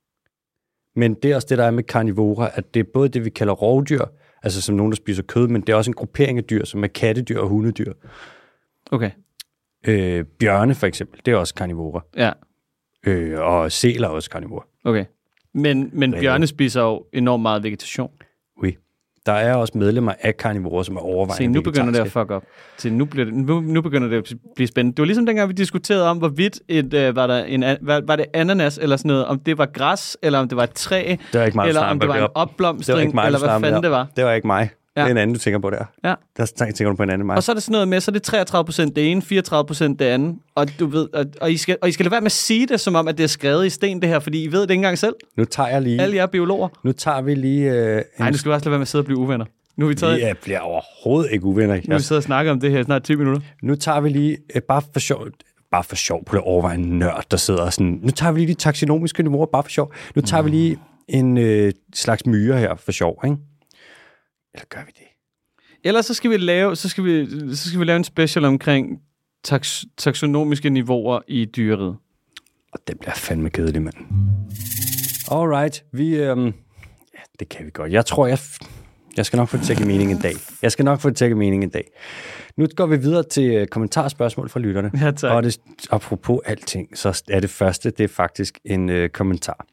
Men det er også det, der er med carnivora, at det er både det, vi kalder rovdyr, altså som nogen, der spiser kød, men det er også en gruppering af dyr, som er kattedyr og hundedyr. Okay. Øh, bjørne for eksempel, det er også karnivora. Ja. Øh, og sæler er også karnivora. Okay. Men, men bjørne spiser jo enormt meget vegetation. Oui. Der er også medlemmer af karnivorer, som er overvejende Se, nu begynder det at fuck op. Se, nu, bliver det, nu, nu begynder det at blive spændende. Det var ligesom dengang, vi diskuterede om, hvorvidt et, øh, var, der en, var, var det ananas eller sådan noget, om det var græs, eller om det var et træ, det var ikke mig, eller om det var en opblomstring, eller hvad fanden det var. Det var ikke mig. Ja. Det er en anden, du tænker på der. Ja. Der tænker du på en anden mig. Og så er det sådan noget med, så er det treogtredive procent det ene, fireogtredive procent det andet. Og du ved, og, og, I skal, og I skal lade være med at sige det, som om, at det er skrevet i sten, det her, fordi I ved det ikke engang selv. Nu tager jeg lige... Alle jer biologer. Nu tager vi lige... Øh, Nej, nu skal vi også lade være med at sidde og blive uvenner. Nu har vi taget... Vi bliver overhovedet ikke uvenner. Nu har vi siddet og snakket om det her i snart ti minutter. Nu tager vi lige, øh, bare for sjov, bare for sjov på det overvejende nørd, der sidder sådan, nu tager vi lige de taxonomiske niveauer, bare for sjov. Nu tager mm. vi lige en øh, slags myre her for sjov, ikke? Eller gør vi det? Ellers så skal vi lave, så skal vi, så skal vi lave en special omkring tax, taxonomiske niveauer i dyreriget. Og det bliver fandme kedeligt, mand. Alright, vi, øhm, ja, det kan vi godt. Jeg tror, jeg, jeg skal nok få det til at give mening en dag. Jeg skal nok få det til at give mening en dag. Nu går vi videre til kommentarspørgsmål fra lytterne. Ja, tak. Og det, apropos alting, så er det første, det er faktisk en øh, kommentar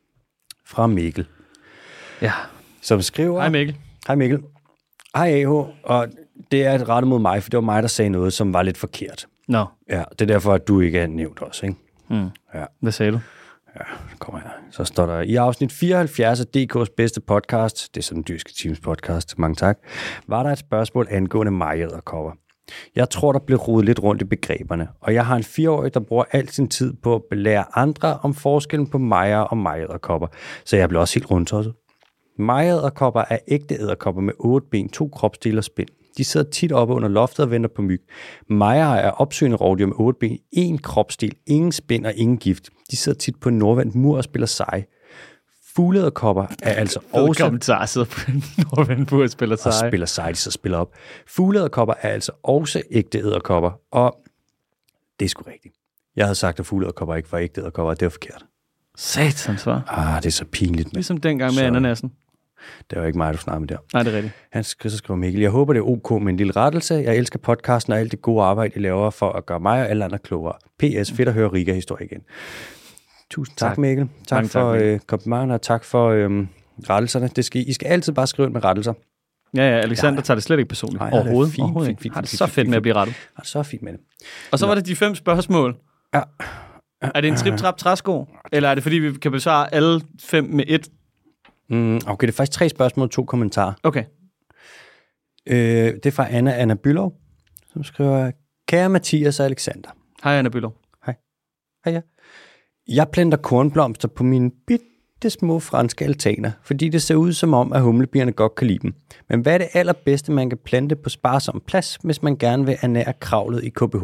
fra Mikkel. Ja. Som skriver... Hej Mikkel. Hej Mikkel. Hej A H, og det er et rette mod mig, for det var mig, der sagde noget, som var lidt forkert. Nå. No. Ja, det er derfor, at du ikke er nævnt også, ikke? Mm. Ja. Hvad sagde du? Ja, kom her. Så står der, i afsnit fireoghalvfjerds af D K's bedste podcast, det er sådan en Dyrske Teams podcast, mange tak, var der et spørgsmål angående majæderkopper. Jeg tror, der blev rodet lidt rundt i begreberne, og jeg har en fireårig, der bruger al sin tid på at belære andre om forskellen på mejer og majæderkopper, så jeg blev også helt rundtosset. Majæderkopper er ægte æderkopper med otte ben, to kropsdele og spind. De sidder tit oppe under loftet og venter på myg. Mejer er opsøgende rovdyr med otte ben, én kropsdel, ingen spind og ingen gift. De sidder tit på en nordvendt mur og spiller seje. Fugleæderkopper er altså også... kommentar, sidder på en nordvendt mur og spiller seje. Og spiller seje, de så spiller op. Fugleæderkopper er altså også ægte æderkopper, og det er sgu rigtigt. Jeg havde sagt, at fugleæderkopper ikke var ægte æderkopper, og det var forkert. Satans, var. Ah, det er så pinligt. Man. Ligesom dengang med ananasen. Det var ikke mig, du snakkede med der. Nej, det er rigtigt. Han skriver, skriver Mikkel, jeg håber, det er ok med en lille rettelse. Jeg elsker podcasten og alt det gode arbejde, I laver for at gøre mig og alle andre klogere. P S. Fedt at høre Riga-historie igen. Tusind tak, tak. Mikkel. Tak Mange for øh, komplimenterne, og tak for øh, rettelserne. Det skal, I skal altid bare skrive med rettelser. Ja, ja, Alexander ja. tager det slet ikke personligt. Nej, overhovedet. Fint, overhovedet. Fint, fint, har det fint, så fint, fedt fint, med at blive rettet. Har det så fint med det. Og så Nå. var det de fem spørgsmål. Ja. Er det en trip-trap-træsko? Eller er det fordi, vi kan besvare alle fem med et? Mm, okay, det er faktisk tre spørgsmål og to kommentarer. Okay. Øh, det er fra Anna Anna Bylov, som skriver, Kære Mathias og Alexander. Hej, Anna Bülow. Hej. Hej, ja. Jeg planter kornblomster på mine bitte små franske altaner, fordi det ser ud som om, at humlebierne godt kan lide dem. Men hvad er det allerbedste, man kan plante på sparsom plads, hvis man gerne vil ernære kravlet i K B H?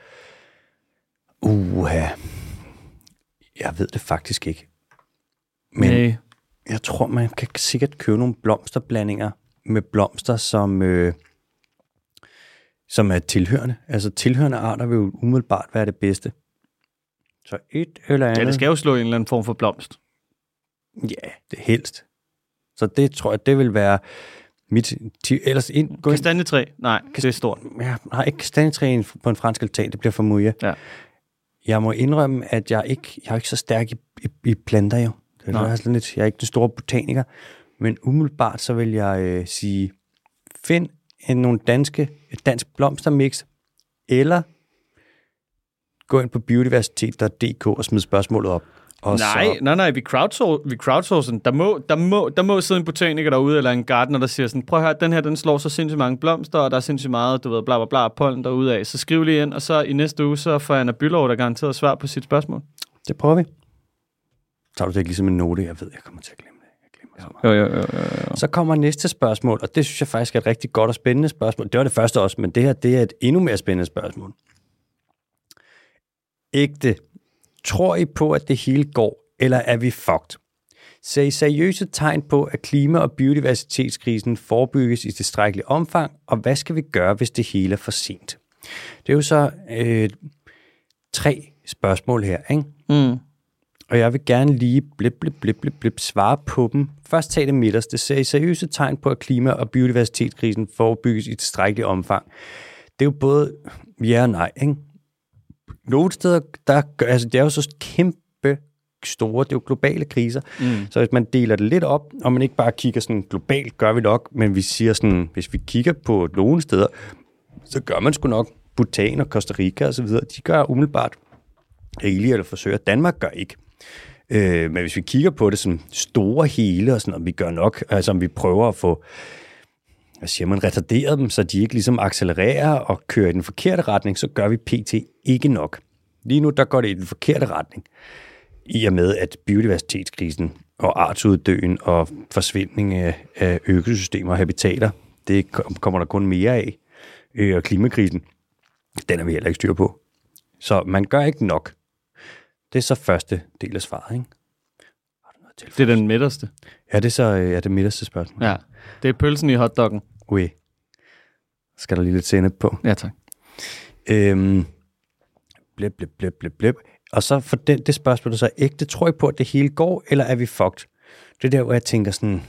Uha. Jeg ved det faktisk ikke. Men Nej. jeg tror, man kan sikkert købe nogle blomsterblandinger med blomster, som, øh, som er tilhørende. Altså tilhørende arter vil jo umiddelbart være det bedste. Så et eller andet. Ja, det skal jo slå en eller anden form for blomst. Ja, det er helst. Så det tror jeg, det vil være mit... T- ellers ind, gå ind. Kastanjetræ? Nej, det er stort. Jeg har ikke kastanjetræ på en fransk altan, det bliver for mye. Ja. Jeg må indrømme, at jeg ikke jeg er ikke så stærk i, i, i planter jo. Det er sådan lidt, jeg er ikke den store botaniker, men umiddelbart så vil jeg øh, sige, find en, nogle danske, et dansk blomstermix, eller gå ind på biodiversitet punktum d k og smid spørgsmålet op. Og nej, så... nej, nej, vi crowdsourcer, vi crowdsourcer. Der må, der, må, der må sidde en botaniker derude, eller en gartner, der siger sådan, prøv at høre, den her, den slår så sindssygt mange blomster, og der er sindssygt meget, du ved, bla bla bla, pollen derude af. Så skriv lige ind, og så i næste uge, så får Anna Bülow, der garanteret svar på sit spørgsmål. Det prøver vi. Tager du det ikke ligesom en note? Jeg ved, jeg kommer til at glemme det. Jeg glemmer så Jo, meget. jo, jo, jo, jo. Så kommer næste spørgsmål, og det synes jeg faktisk er et rigtig godt og spændende spørgsmål. Det var det første også, men det her, det er et endnu mere spændende spørgsmål. Ægte. Tror I på, at det hele går, eller er vi fucked? Ser I seriøse tegn på, at klima- og biodiversitetskrisen forebygges i tilstrækkelig omfang, og hvad skal vi gøre, hvis det hele er for sent? Det er jo så øh, tre spørgsmål her, ikke? Mm. Og jeg vil gerne lige blip, blip, blip, blip, blip, svare på dem. Først tag det midterste. Ser I seriøse tegn på, at klima- og biodiversitetskrisen forebygges i tilstrækkelig omfang? Det er jo både ja og nej, ikke? Nogle steder, der gør, altså det er jo så kæmpe store, det er jo globale kriser. Mm. Så hvis man deler det lidt op, og man ikke bare kigger sådan globalt, gør vi nok, men vi siger sådan, hvis vi kigger på nogle steder, så gør man sgu nok Bhutan og Costa Rica og så videre. De gør umiddelbart rigeligt eller forsøger. Danmark gør ikke. Øh, men hvis vi kigger på det som store hele og sådan noget, vi gør nok, altså om vi prøver at få, hvad siger man, retarderet dem, så de ikke ligesom accelererer og kører i den forkerte retning, så gør vi pt. Ikke nok. Lige nu, der går det i den forkerte retning, i og med, at biodiversitetskrisen og artsuddøen og forsvinding af, af økosystemer og habitater, det kommer der kun mere af. Øh, og klimakrisen, den er vi heller ikke styr på. Så man gør ikke nok. Det er så første del af svaret, ikke? Har du noget til? Det er den midterste. Ja, det er så ja, det midterste spørgsmål. Ja, det er pølsen i hotdoggen. Ui. Skal der lige lidt sennep på? Ja, tak. Øhm, blip, blip, blip, blip, blip. Og så for den, det spørgsmål, der så er ægte, tror I på, at det hele går, eller er vi fucked? Det er der, hvor jeg tænker sådan,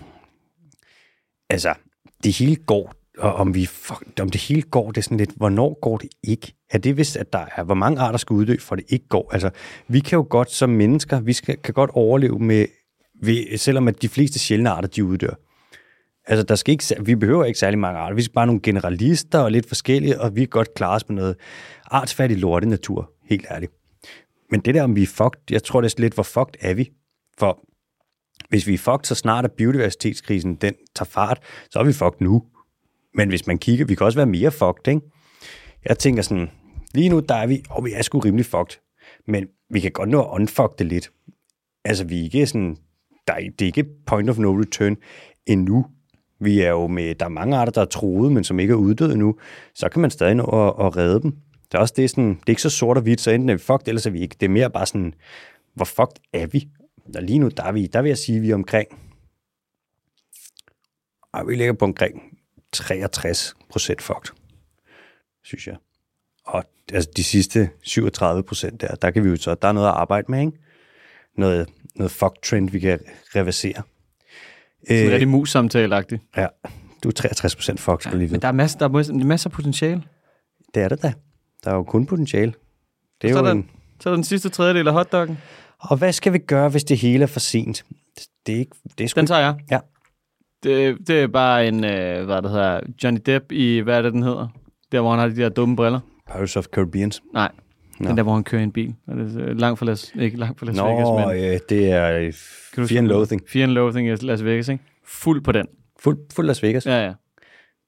altså, det hele går, og om, vi fuck, om det hele går, det er sådan lidt, hvornår går det ikke? Er det vist, at der er, hvor mange arter skal uddø, for det ikke går? Altså, vi kan jo godt som mennesker, vi skal, kan godt overleve med, ved, selvom at de fleste sjældne arter, de uddør. Altså, der skal ikke, vi behøver ikke særlig mange arter. Vi skal bare nogle generalister og lidt forskellige, og vi kan godt klare os med noget artsfattig lorte natur, helt ærligt. Men det der, om vi er fucked, jeg tror, det er lidt, hvor fucked er vi? For hvis vi er fucked, så snart at biodiversitetskrisen, den tager fart, så er vi fucked nu. Men hvis man kigger, vi kan også være mere fucked, ikke? Jeg tænker sådan, lige nu, der er vi, og vi er sgu rimelig fucked, men vi kan godt nå at unfuck det lidt. Altså, vi er ikke sådan, der er, det er ikke point of no return endnu. Vi er jo med, der er mange arter, der er truet, men som ikke er uddøde endnu, så kan man stadig nå at, at redde dem. Det er også det, sådan, det er ikke så sort og hvidt, så enten er vi fucked, ellers er vi ikke. Det er mere bare sådan, hvor fucked er vi? Og lige nu, der, er vi, der vil jeg sige, at vi er omkring, og vi ligger på omkring treogtres procent fucked, synes jeg. Og altså, de sidste syvogtredive procent der, der kan vi jo så, der er noget at arbejde med, ikke? Noget, noget fuck trend, vi kan reversere. Sådan øh, rigtig mus-samtale-agtigt. Ja, du er treogtres procent fucked, skal ja, lige vide. Men der er masser, der er masser af potentiale. Det er det da. Der er jo kun potentiale. Det er så, jo er en... den, så er den sidste tredjedel af hotdoggen. Og hvad skal vi gøre, hvis det hele er for sent? Det er ikke... Det er sgu... Den tager jeg. Ja. Det, det er bare en, øh, hvad det hedder, Johnny Depp i, hvad er det, den hedder? Der, hvor han har de der dumme briller. Pirates of Caribbean. Nej, Nå. Den der, hvor han kører i en bil. Er det langt fra Las, ikke langt fra Las Nå, Vegas, men... Nå, det er Fear and Loathing. Fear and Loathing i Las Vegas, ikke? Fuld på den. Fuld, fuld Las Vegas? Ja, ja.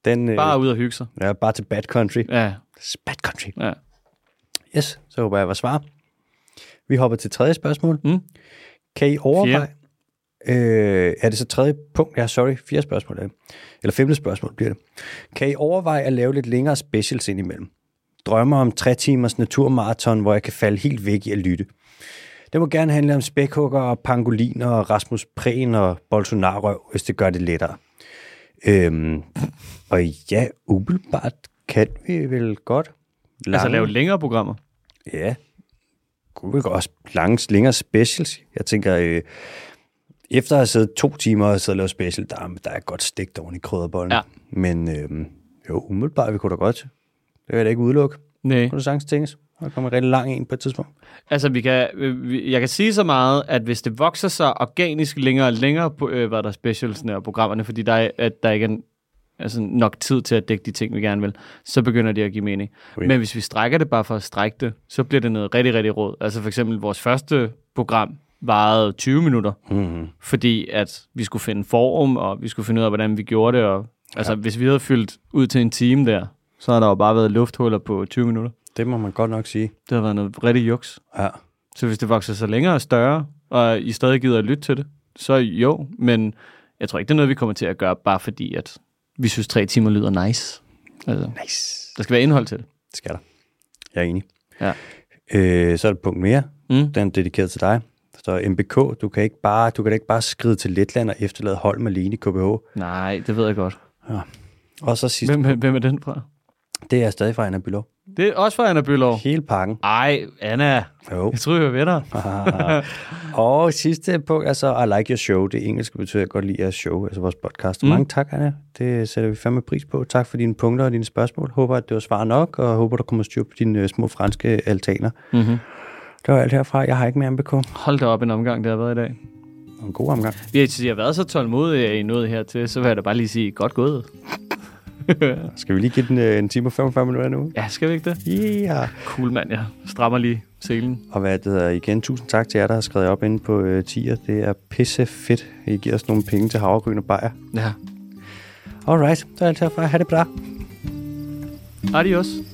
Den, øh, Bare ud og hygge sig. Ja, bare til bad country. Ja. Bad country. Ja. Yes, så håber jeg, jeg var svar. Vi hopper til tredje spørgsmål. Mm. Kan I overveje... Øh, er det så tredje punkt? Ja, sorry, fire spørgsmål. Er det. Eller femte spørgsmål bliver det. Kan I overveje at lave lidt længere specials indimellem? Drømmer om tre timers naturmarathon, hvor jeg kan falde helt væk i at lytte. Det må gerne handle om spækhugger og pangoliner og Rasmus Prehn og Bolsonaro, hvis det gør det lettere. Øhm, og ja, umiddelbart kan vi vel godt. Lange. Altså lave længere programmer? Ja. Kunne vi også lange, længere specials. Jeg tænker, øh, efter at have siddet to timer og siddet og lavet special, der, der er godt stegt oven i krydderbollen. Ja. Men øh, jo, umiddelbart vi kunne da godt. Det vil jeg da ikke udelukke. Nej. Kunne du sagtens tænkes? Der kommer rigtig lang en på et tidspunkt. Altså, vi kan, vi, jeg kan sige så meget, at hvis det vokser sig organisk længere og længere på, øh, hvad der er specialsne og programmerne, fordi der, er, at der ikke er altså, nok tid til at dække de ting, vi gerne vil, så begynder det at give mening. Okay. Men hvis vi strækker det bare for at strække det, så bliver det noget rigtig, rigtig råd. Altså for eksempel vores første program varede tyve minutter, mm-hmm. fordi at vi skulle finde forum, og vi skulle finde ud af, hvordan vi gjorde det. Og, ja. Altså, hvis vi havde fyldt ud til en time der, så har der jo bare været lufthuller på tyve minutter. Det må man godt nok sige. Det har været noget rigtig juks. Ja. Så hvis det vokser sig længere og større, og I stadig gider at lytte til det, så jo, men jeg tror ikke, det er noget, vi kommer til at gøre, bare fordi, at vi synes, tre timer lyder nice. Altså, nice. Der skal være indhold til det. Det skal der. Jeg er enig. Ja. Øh, så er der et punkt mere. Mm. Den er dedikeret til dig. Så M B K, du kan ikke bare, du kan ikke bare skride til Letland og efterlade Holm alene i K B H. Nej, det ved jeg godt. Ja. Og så sidste. Hvem, hvem er den fra? Det er stadig fra Anna Bylov. Det er også fra Anna Bylov. Hele pakken. Ej, Anna. Jo. Jeg tror, jeg ved dig. Og sidste punkt er så, I like your show. Det engelske betyder, at jeg godt lide jeres show, altså vores podcast. Mm. Mange tak, Anna. Det sætter vi fandme pris på. Tak for dine punkter og dine spørgsmål. Håber, at det var svar nok, og håber, der kommer styr på dine uh, små franske altaner. Mm-hmm. Det var alt herfra. Jeg har ikke mere M B K. Hold da op en omgang, det har været i dag. En god omgang. Vi har, har været så tålmodige i noget hertil, så vil jeg da bare lige sige, godt gået. Skal vi lige give den uh, en time og femogfyrre minutter nu? Ja, skal vi ikke det? Ja. Yeah. Cool, mand. Jeg strammer lige selen. Og hvad det hedder igen, tusind tak til jer, der har skrevet op inde på uh, tier. Det er pisse fedt. I giver os nogle penge til havregryn og bajer. Ja. Alright, så er alt herfra. Ha' det bra. Adios.